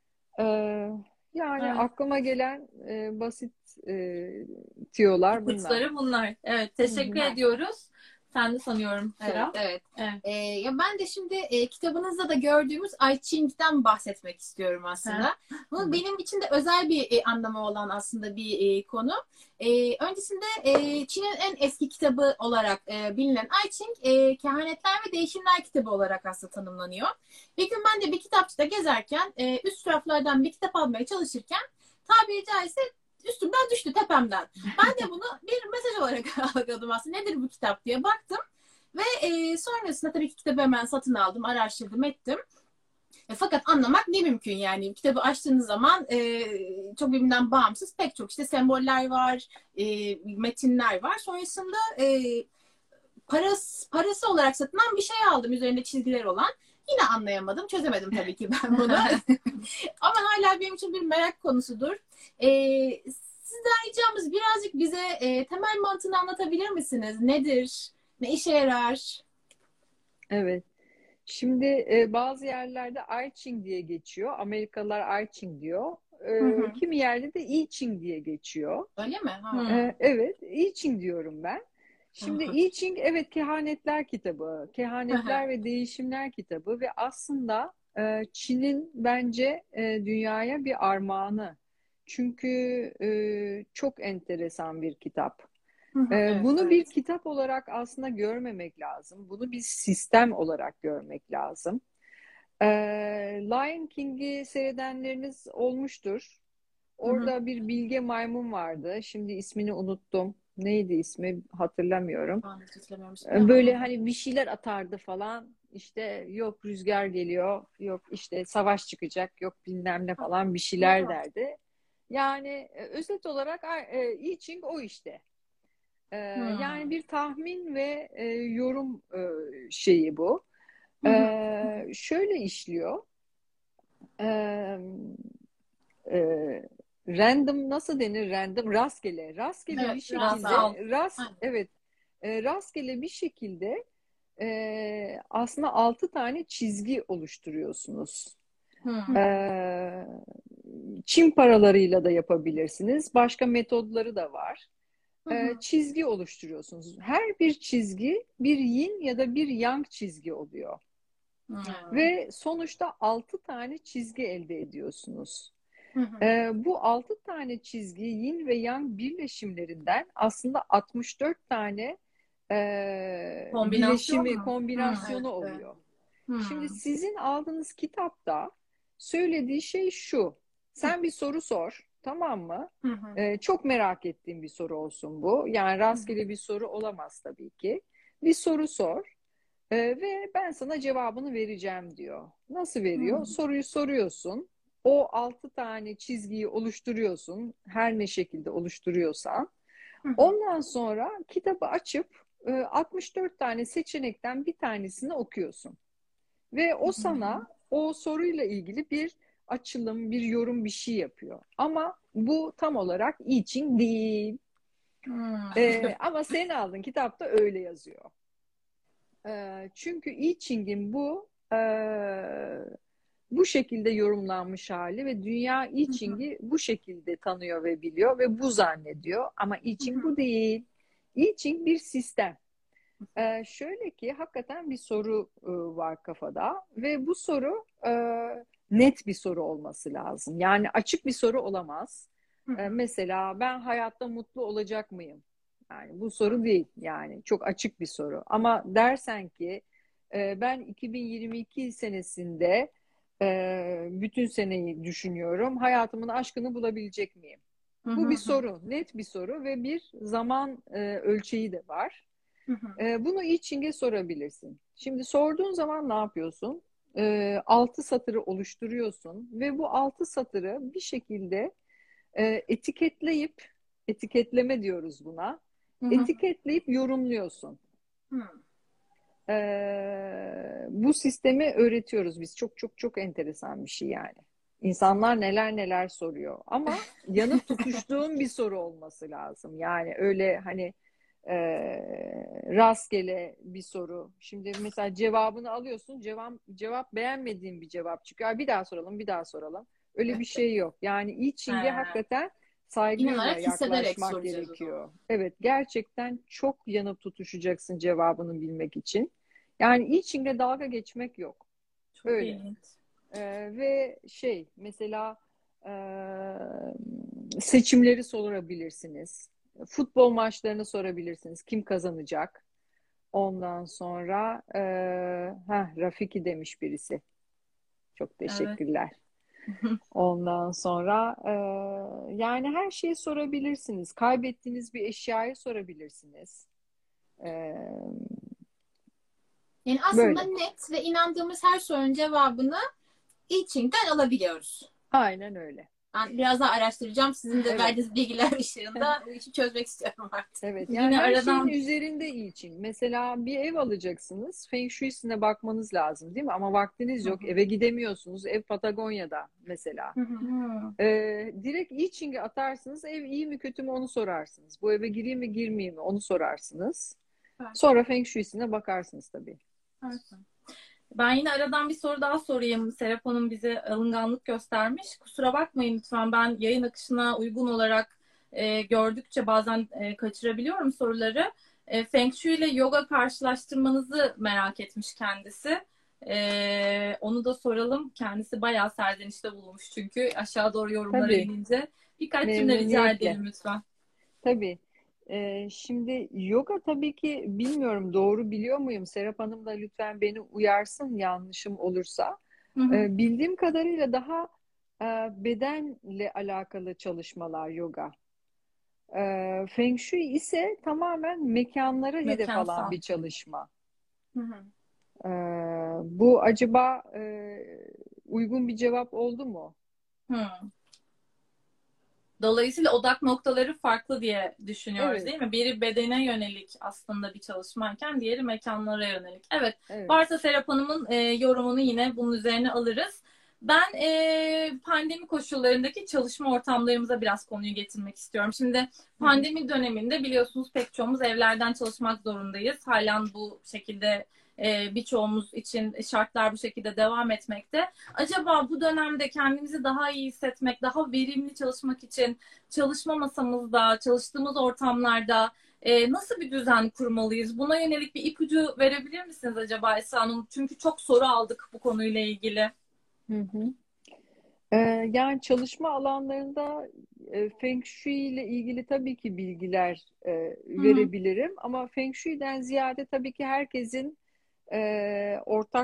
Ee, yani Evet. aklıma gelen e, basit e, tiyolar bunlar. İpuçları bunlar. Evet, Hı teşekkür hı. ediyoruz. Sen de sanıyorum Evet, sıra. evet. Evet. Ee, ya ben de şimdi e, kitabınızda da gördüğümüz I Ching'den bahsetmek istiyorum Ha. aslında. Bu Evet. benim için de özel bir e, anlamı olan aslında bir e, konu. E, öncesinde e, Çin'in en eski kitabı olarak e, bilinen I Ching, e, Kehanetler ve Değişimler kitabı olarak aslında tanımlanıyor. Bir gün ben de bir kitapçıda gezerken e, üst raflardan bir kitap almaya çalışırken tabiri caizse üstümden düştü, tepemden. Ben de bunu bir mesaj olarak algıladım aslında. Nedir bu kitap diye baktım. Ve e, sonrasında tabii ki kitabı hemen satın aldım, araştırdım, ettim. E, fakat anlamak ne mümkün yani. Kitabı açtığınız zaman e, çok birbirinden bağımsız pek çok işte semboller var, e, metinler var. Sonrasında e, parası, parası olarak satılan bir şey aldım üzerinde çizgiler olan. Yine anlayamadım, çözemedim tabii ki ben bunu. Ama hala benim için bir merak konusudur. E, sizden ricamız birazcık bize e, temel mantığını anlatabilir misiniz? Nedir? Ne işe yarar? Evet. Şimdi e, bazı yerlerde I Ching diye geçiyor. Amerikalılar I Ching diyor. Hı E, hı. kimi yerde de I Ching diye geçiyor. Öyle mi? Ha. Hmm. E, evet, I Ching diyorum ben. Şimdi I Ching evet kehanetler kitabı, Hı hı. kehanetler ve değişimler kitabı ve aslında e, Çin'in bence e, dünyaya bir armağanı. Çünkü e, çok enteresan bir kitap. Hı hı. Ee, Evet, Bunu bir evet. kitap olarak aslında görmemek lazım. Bunu bir sistem olarak görmek lazım. Ee, Lion King'i seyredenleriniz olmuştur. Hı hı. Orada bir bilge maymun vardı. Şimdi ismini unuttum. Neydi ismi hatırlamıyorum. Ben de hiç hatırlamıyorum şimdi Ee, ama. Hı Böyle hı. hani bir şeyler atardı falan. İşte yok rüzgar geliyor, yok işte savaş çıkacak, yok bilmem ne falan bir şeyler Aa. derdi. Yani e, özet olarak e, I Ching o işte. Ee, yani Hmm. bir tahmin ve e, yorum e, şeyi bu. Hı hı. Ee, şöyle işliyor. Ee, e, random nasıl denir random? Rastgele. Rastgele bir Evet, Rastsal. şekilde rast aynen. evet e, rastgele bir şekilde e, aslında altı tane çizgi oluşturuyorsunuz. Hmm. Ee, Çin paralarıyla da yapabilirsiniz. Başka metodları da var. Hı e, hı. çizgi oluşturuyorsunuz. Her bir çizgi bir yin ya da bir yang çizgi oluyor. Hmm. Ve sonuçta altı tane çizgi elde ediyorsunuz. Hı hı. E, bu altı tane çizgi yin ve yang birleşimlerinden aslında altmış dört tane e, Kombinasyon bileşimi, mu? Hmm. Evet, kombinasyonu evet. oluyor. Şimdi Hmm. sizin aldığınız kitapta söylediği şey şu. Hı Sen bir soru sor. Tamam mı? Hı hı. Ee, çok merak ettiğim bir soru olsun bu. Yani rastgele bir soru olamaz tabii ki. Bir soru sor. Ee, ve ben sana cevabını vereceğim diyor. Nasıl Hı veriyor? Soruyu soruyorsun. O altı tane çizgiyi oluşturuyorsun. Her ne şekilde oluşturuyorsan. hı. Ondan sonra kitabı açıp e, altmış dört tane seçenekten bir tanesini okuyorsun. Ve o sana o soruyla ilgili bir açılım, bir yorum, bir şey yapıyor. Ama bu tam olarak I Ching değil. Ee, ama senin aldığın kitapta öyle yazıyor. Ee, çünkü I Ching'in bu e, bu şekilde yorumlanmış hali ve dünya I Ching'i bu şekilde tanıyor ve biliyor ve bu zannediyor. Ama I Ching bu değil. I Ching bir sistem. Ee, şöyle ki hakikaten bir soru e, var kafada ve bu soru e, net bir soru olması lazım. Yani açık bir soru olamaz. Ee, mesela ben hayatta mutlu olacak mıyım? Yani bu soru değil. Yani çok açık bir soru. Ama dersen ki e, ben iki bin yirmi iki senesinde e, bütün seneyi düşünüyorum. Hayatımın aşkını bulabilecek miyim? Bu bir soru, net bir soru ve bir zaman e, ölçeği de var. E, bunu I Ching'e sorabilirsin. Şimdi sorduğun zaman ne yapıyorsun? E, altı satırı oluşturuyorsun ve bu altı satırı bir şekilde e, etiketleyip, etiketleme diyoruz buna, etiketleyip yorumluyorsun. E, bu sistemi öğretiyoruz biz. Çok çok çok enteresan bir şey yani. İnsanlar neler neler soruyor. Ama yanıp tutuştuğun bir soru olması lazım. Yani öyle hani e, rastgele bir soru. Şimdi mesela cevabını alıyorsun. Cevap, cevap beğenmediğin bir cevap çıkıyor. Bir daha soralım, bir daha soralım. Öyle bir şey yok. Yani I Ching'e Ha, hakikaten saygıyla İnanarak hissederek yaklaşmak soracağız o zaman. gerekiyor. Evet, gerçekten çok yanıp tutuşacaksın cevabını bilmek için. Yani I Ching'le dalga geçmek yok. Çok Öyle. ilginç. Ee, ve şey mesela e, seçimleri sorabilirsiniz. Futbol maçlarını sorabilirsiniz. Kim kazanacak? Ondan sonra e, heh, Rafiki demiş birisi. Çok Evet. teşekkürler. Ondan sonra e, yani her şeyi sorabilirsiniz. Kaybettiğiniz bir eşyayı sorabilirsiniz. E, Yani aslında böyle. net ve inandığımız her sorunun cevabını I Ching'den alabiliyoruz. Aynen öyle. Ben biraz daha araştıracağım. Sizin de Evet. verdiğiniz bilgiler ışığında bu işi çözmek istiyorum artık. Evet, yani Yine her şeyin aradan üzerinde iyi için. Mesela bir ev alacaksınız, Feng Shui'sine bakmanız lazım, değil mi? Ama vaktiniz Hı yok, hı. eve gidemiyorsunuz. Ev Patagonya'da mesela. Hı hı. hmm, Ee, direkt I Ching'e atarsınız, ev iyi mi kötü mü onu sorarsınız. Bu eve gireyim mi girmeyeyim mi onu sorarsınız. Evet. Sonra Feng Shui'sine bakarsınız tabii. Evet. ben yine aradan bir soru daha sorayım. Serap Hanım bize alınganlık göstermiş. Kusura bakmayın lütfen. Ben yayın akışına uygun olarak e, gördükçe bazen e, kaçırabiliyorum soruları. E, Feng Shui ile yoga karşılaştırmanızı merak etmiş kendisi. E, onu da soralım. Kendisi bayağı serzenişte bulunmuş çünkü aşağı doğru yorumlara Tabii, inince. Birkaç cümle rica memnuniyetle. edelim lütfen. Tabii. Ee, şimdi yoga tabii ki bilmiyorum doğru biliyor muyum? Serap Hanım da lütfen beni uyarsın yanlışım olursa. Hı hı. Ee, bildiğim kadarıyla daha e, bedenle alakalı çalışmalar yoga. Ee, Feng Shui ise tamamen mekanlara hedef alan Mekansal. bir çalışma. Hı hı. Ee, bu acaba e, uygun bir cevap oldu mu? Hı. Dolayısıyla odak noktaları farklı diye düşünüyoruz Evet, değil mi? Biri bedene yönelik aslında bir çalışmayken diğeri mekanlara yönelik. Evet, evet. varsa Serap Hanım'ın e, yorumunu yine bunun üzerine alırız. Ben e, pandemi koşullarındaki çalışma ortamlarımıza biraz konuyu getirmek istiyorum. Şimdi Hı hı. pandemi döneminde biliyorsunuz pek çoğumuz evlerden çalışmak zorundayız. Halen bu şekilde e, birçoğumuz için şartlar bu şekilde devam etmekte. Acaba bu dönemde kendimizi daha iyi hissetmek, daha verimli çalışmak için çalışma masamızda, çalıştığımız ortamlarda e, nasıl bir düzen kurmalıyız? Buna yönelik bir ipucu verebilir misiniz acaba Esra Hanım? Çünkü çok soru aldık bu konuyla ilgili. Hı hı. Ee, yani çalışma alanlarında e, Feng Shui ile ilgili tabii ki bilgiler e, Hı hı. verebilirim ama Feng Shui'den ziyade tabii ki herkesin e, ortak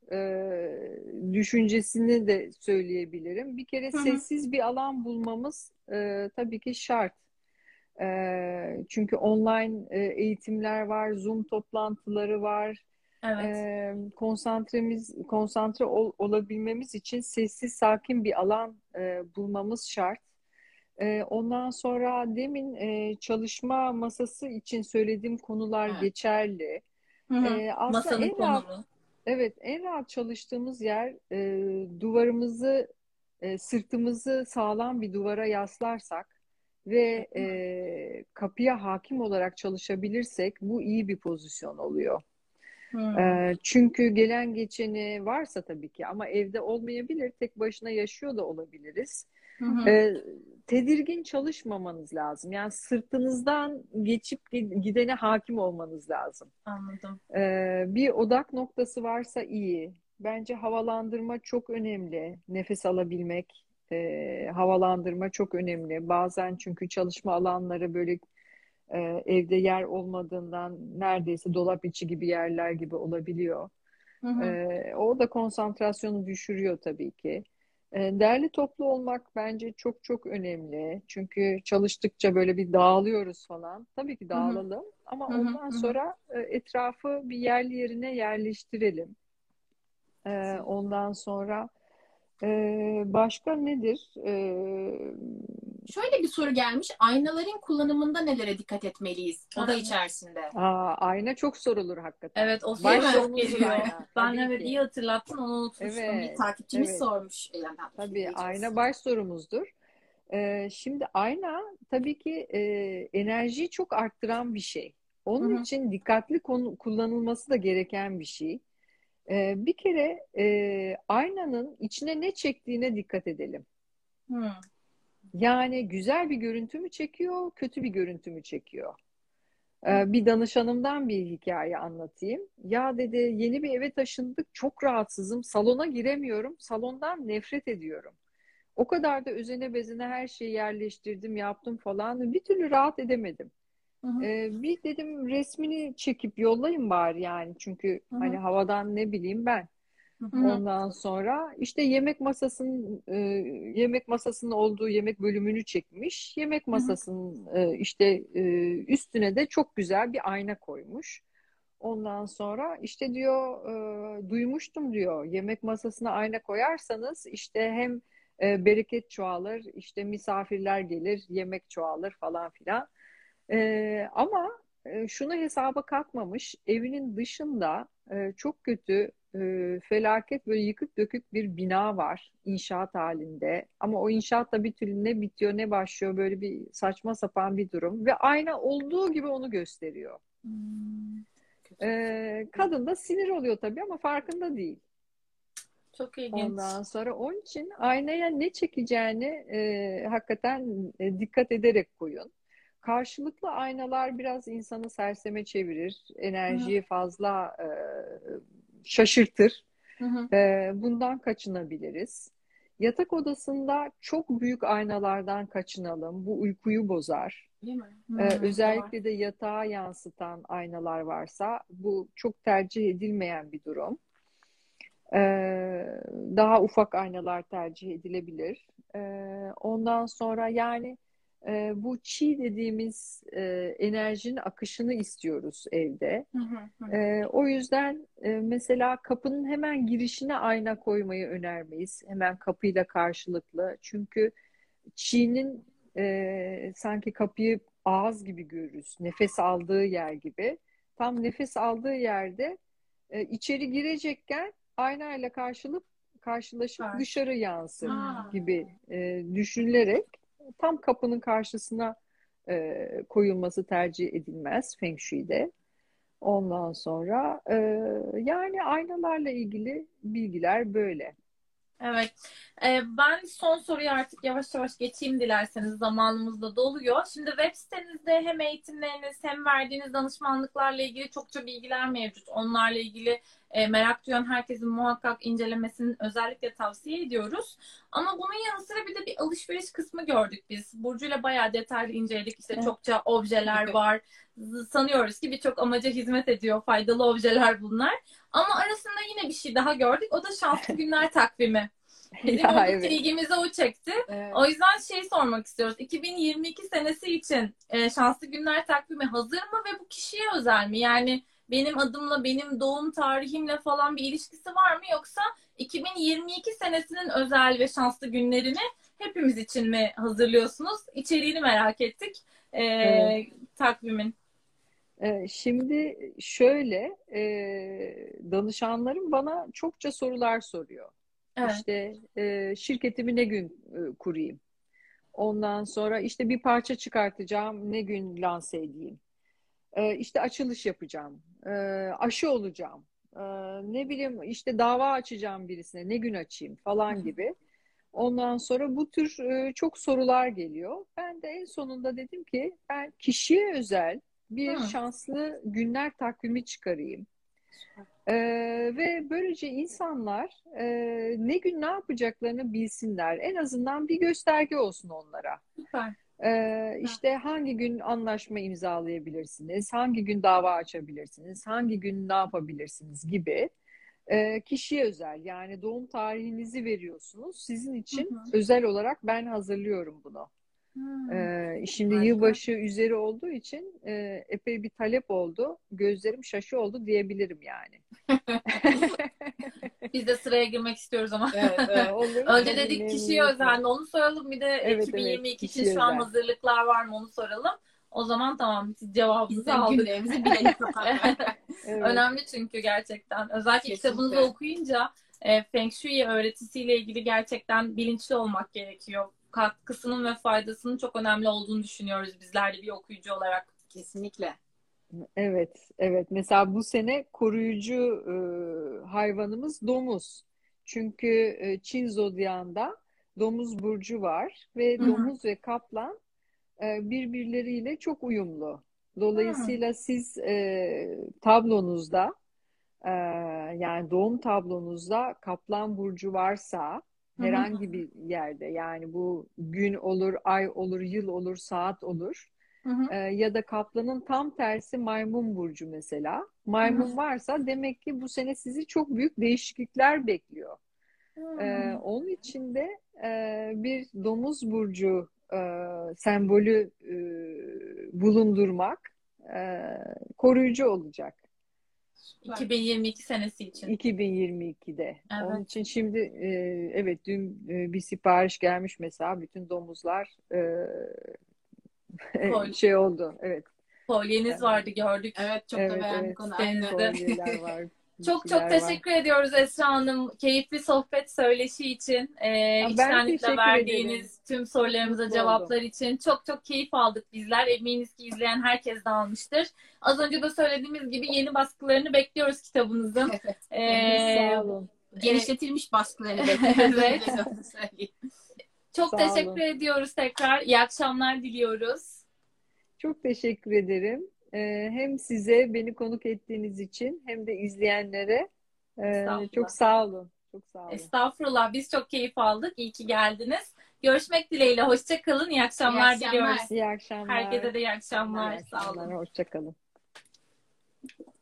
e, düşüncesini de söyleyebilirim. Bir kere Hı hı. sessiz bir alan bulmamız e, tabii ki şart. E, çünkü online e, eğitimler var, Zoom toplantıları var. Evet. E, konsantremiz, konsantre ol- olabilmemiz için sessiz, sakin bir alan e, bulmamız şart. E, ondan sonra demin e, çalışma masası için söylediğim konular Evet. geçerli. Hı hı. E, aslında Masanın en rahat, konumu. evet, en rahat çalıştığımız yer e, duvarımızı, e, sırtımızı sağlam bir duvara yaslarsak ve e, kapıya hakim olarak çalışabilirsek bu iyi bir pozisyon oluyor. Hı. E, çünkü gelen geçeni varsa tabii ki ama evde olmayabilir, tek başına yaşıyor da olabiliriz. Hı hı. E, tedirgin çalışmamanız lazım. Yani sırtınızdan geçip gidene hakim olmanız lazım. Anladım. Ee, bir odak noktası varsa iyi. Bence havalandırma çok önemli. Nefes alabilmek, e, havalandırma çok önemli. Bazen çünkü çalışma alanları böyle e, evde yer olmadığından neredeyse dolap içi gibi yerler gibi olabiliyor. Hı hı. Ee, o da konsantrasyonu düşürüyor tabii ki. Ee, derli toplu olmak bence çok çok önemli. Çünkü çalıştıkça böyle bir dağılıyoruz falan. Tabii ki Hı hı. dağılalım ama Hı hı. ondan Hı hı. sonra e, etrafı bir yerli yerine yerleştirelim. Ee, Kesinlikle. ondan sonra e, başka nedir? Ee, Şöyle bir soru gelmiş. Aynaların kullanımında nelere dikkat etmeliyiz? Ha, Oda evet. içerisinde. aa, ayna çok sorulur hakikaten. Evet, o Değil soru Baş mi? çok sorumuzdur geliyor. ayna. Ben Tabii evet ki. iyi hatırlattın, onu unutmuştum. Bir Evet, takipçimiz evet. sormuş. Yani daha doğrusu Tabii dinleyicimiz. ayna baş sorumuzdur. Ee, şimdi ayna tabii ki e, enerjiyi çok arttıran bir şey. Hı Onun hı. için dikkatli konu- kullanılması da gereken bir şey. Ee, bir kere e, aynanın içine ne çektiğine dikkat edelim. Hı. Yani güzel bir görüntü mü çekiyor, kötü bir görüntü mü çekiyor? Ee, bir danışanımdan bir hikaye anlatayım. Ya dedi yeni bir eve taşındık, çok rahatsızım, salona giremiyorum, salondan nefret ediyorum. O kadar da özene bezene her şeyi yerleştirdim, yaptım falan. Bir türlü rahat edemedim. Hı hı. Ee, bir dedim resmini çekip yollayın bari yani. Çünkü Hı hani hı. havadan ne bileyim ben. Hı Hı hı. hı. Ondan sonra işte yemek masasının e, yemek masasının olduğu yemek bölümünü çekmiş. Yemek Hı hı. masasının e, işte e, üstüne de çok güzel bir ayna koymuş. Ondan sonra işte diyor e, duymuştum diyor yemek masasına ayna koyarsanız işte hem e, bereket çoğalır işte misafirler gelir yemek çoğalır falan filan. E, ama e, şunu hesaba katmamış evinin dışında e, çok kötü e, felaket böyle yıkık dökük bir bina var inşaat halinde ama o inşaat da bir türlü ne bitiyor ne başlıyor böyle bir saçma sapan bir durum ve ayna olduğu gibi onu gösteriyor. Hmm. Kötü. Ee, kadın da sinir oluyor tabii ama farkında değil. Çok ilginç. Ondan sonra onun için aynaya ne çekeceğini e, hakikaten e, dikkat ederek koyun. Karşılıklı aynalar biraz insanı serseme çevirir, Hı hı. enerjiyi fazla e, şaşırtır. Hı hı. E, bundan kaçınabiliriz. Yatak odasında çok büyük aynalardan kaçınalım. Bu uykuyu bozar. Değil mi? Ee, Hmm, doğru. özellikle de yatağa yansıtan aynalar varsa bu çok tercih edilmeyen bir durum. Ee, daha ufak aynalar tercih edilebilir. Ee, ondan sonra yani e, bu çi dediğimiz e, enerjinin akışını istiyoruz evde. Hı hı. Hı hı. Ee, o yüzden e, mesela kapının hemen girişine ayna koymayı önermeyiz. Hemen kapıyla karşılıklı. Çünkü Çiğ'nin e, sanki kapıyı ağız gibi görürüz. Nefes aldığı yer gibi. Tam nefes aldığı yerde e, içeri girecekken aynayla karşılık karşılaşıp Karşı. dışarı yansır Hmm. Ha. gibi e, düşünülerek tam kapının karşısına e, koyulması tercih edilmez Feng Shui'de. Ondan sonra e, yani aynalarla ilgili bilgiler böyle. Evet. Ee, ben son soruyu artık yavaş yavaş geçeyim dilerseniz, zamanımız da doluyor. Şimdi web sitenizde hem eğitimleriniz hem verdiğiniz danışmanlıklarla ilgili çokça bilgiler mevcut. Onlarla ilgili E, merak duyan herkesin muhakkak incelemesini özellikle tavsiye ediyoruz. Ama bunun yanı sıra bir de bir alışveriş kısmı gördük biz. Burcu'yla bayağı detaylı inceledik. İşte Evet. çokça objeler var. Sanıyoruz ki birçok amaca hizmet ediyor. Faydalı objeler bunlar. Ama arasında yine bir şey daha gördük. O da şanslı günler takvimi. Bizim Ya, oldukça evet. ilgimizi o çekti. Evet. O yüzden şey sormak istiyoruz. iki bin yirmi iki senesi için e, şanslı günler takvimi hazır mı ve bu kişiye özel mi? Yani benim adımla, benim doğum tarihimle falan bir ilişkisi var mı? Yoksa iki bin yirmi iki senesinin özel ve şanslı günlerini hepimiz için mi hazırlıyorsunuz? İçeriğini merak ettik. E, Evet. takvimin. Ee, Şimdi şöyle, e, danışanlarım bana çokça sorular soruyor. Evet. İşte e, şirketimi ne gün e, kurayım? Ondan sonra işte bir parça çıkartacağım, ne gün lanse edeyim? E, işte açılış yapacağım, e, aşı olacağım, e, ne bileyim işte dava açacağım birisine, ne gün açayım falan gibi. Ondan sonra bu tür e, çok sorular geliyor. Ben de en sonunda dedim ki ben kişiye özel bir Hı. şanslı günler takvimi çıkarayım. Ee, Ve böylece insanlar e, ne gün ne yapacaklarını bilsinler. En azından bir gösterge olsun onlara. Süper. Ee, işte hangi gün anlaşma imzalayabilirsiniz, hangi gün dava açabilirsiniz, hangi gün ne yapabilirsiniz gibi. Ee, kişiye özel, yani doğum tarihinizi veriyorsunuz. Sizin Hı için hı. özel olarak ben hazırlıyorum bunu. Hmm. Ee, şimdi Harika. yılbaşı üzeri olduğu için e, epey bir talep oldu. Gözlerim şaşı oldu diyebilirim yani. Biz de sıraya girmek istiyoruz ama. Evet, evet. Olur, Önce olur, dedik kişiye özel memnuniyetle. mi? Onu soralım. Bir de Evet, evet, iki bin yirmi iki için kişiye şu an özel. hazırlıklar var mı onu soralım. O zaman tamam Biz cevabımızı de aldık. günlerimizi bilelim. Evet, Önemli çünkü gerçekten. Özellikle kitabınızı Kesinlikle. okuyunca e, Feng Shui öğretisiyle ilgili gerçekten bilinçli olmak gerekiyor. Katkısının ve faydasının çok önemli olduğunu düşünüyoruz bizler de bir okuyucu olarak. Kesinlikle. evet, evet. Mesela bu sene koruyucu e, hayvanımız domuz. Çünkü e, Çin zodyağında domuz burcu var Hı ve hı. domuz ve kaplan e, birbirleriyle çok uyumlu. Hı Dolayısıyla siz e, tablonuzda, e, yani doğum tablonuzda Kaplan burcu varsa hı. Hı. herhangi bir yerde, yani bu gün olur, ay olur, yıl olur, saat olur. Hı hı. E, ya da Kaplanın tam tersi Maymun burcu mesela. Hı hı. Maymun varsa demek ki bu sene sizi çok büyük değişiklikler bekliyor. Ee, Hı. onun için de e, bir domuz burcu e, sembolü e, bulundurmak e, koruyucu olacak Süper. iki bin yirmi iki senesi için. iki bin yirmi ikide. Onun Evet. için şimdi e, evet, dün e, bir sipariş gelmiş mesela, bütün domuzlar Kol, e, şey oldu. Evet. E, kolyeniz vardı gördük Evet, çok da evet, beğendik evet. onu. Aynen. sitenizde. Kolyeler var, bir Çok çok şeyler var. teşekkür ediyoruz Esra Hanım. Keyifli sohbet söyleşi için, e, Ha, ben içtenlikle teşekkür ederim. verdiğiniz tüm sorularımıza Mutlu oldum. cevaplar için çok çok keyif aldık bizler. Eminiz ki izleyen herkes de almıştır. Az önce de söylediğimiz gibi yeni baskılarını bekliyoruz kitabınızın. Evet. E, Sağ olun. e, Genişletilmiş baskılarını bekliyoruz. evet. Onu söyleyeyim. Çok Sağ teşekkür olun. ediyoruz tekrar. İyi akşamlar diliyoruz. Çok teşekkür ederim. Ee, hem size beni konuk ettiğiniz için hem de izleyenlere ee, çok Estağfurullah. sağ olun. Çok sağ olun. Estağfurullah. Biz çok keyif aldık. İyi ki geldiniz. Görüşmek dileğiyle. Hoşça kalın. İyi İyi akşamlar akşamlar. diliyoruz. İyi akşamlar. Herkese de iyi İyi akşamlar. Sağ olun. akşamlar. Hoşça kalın.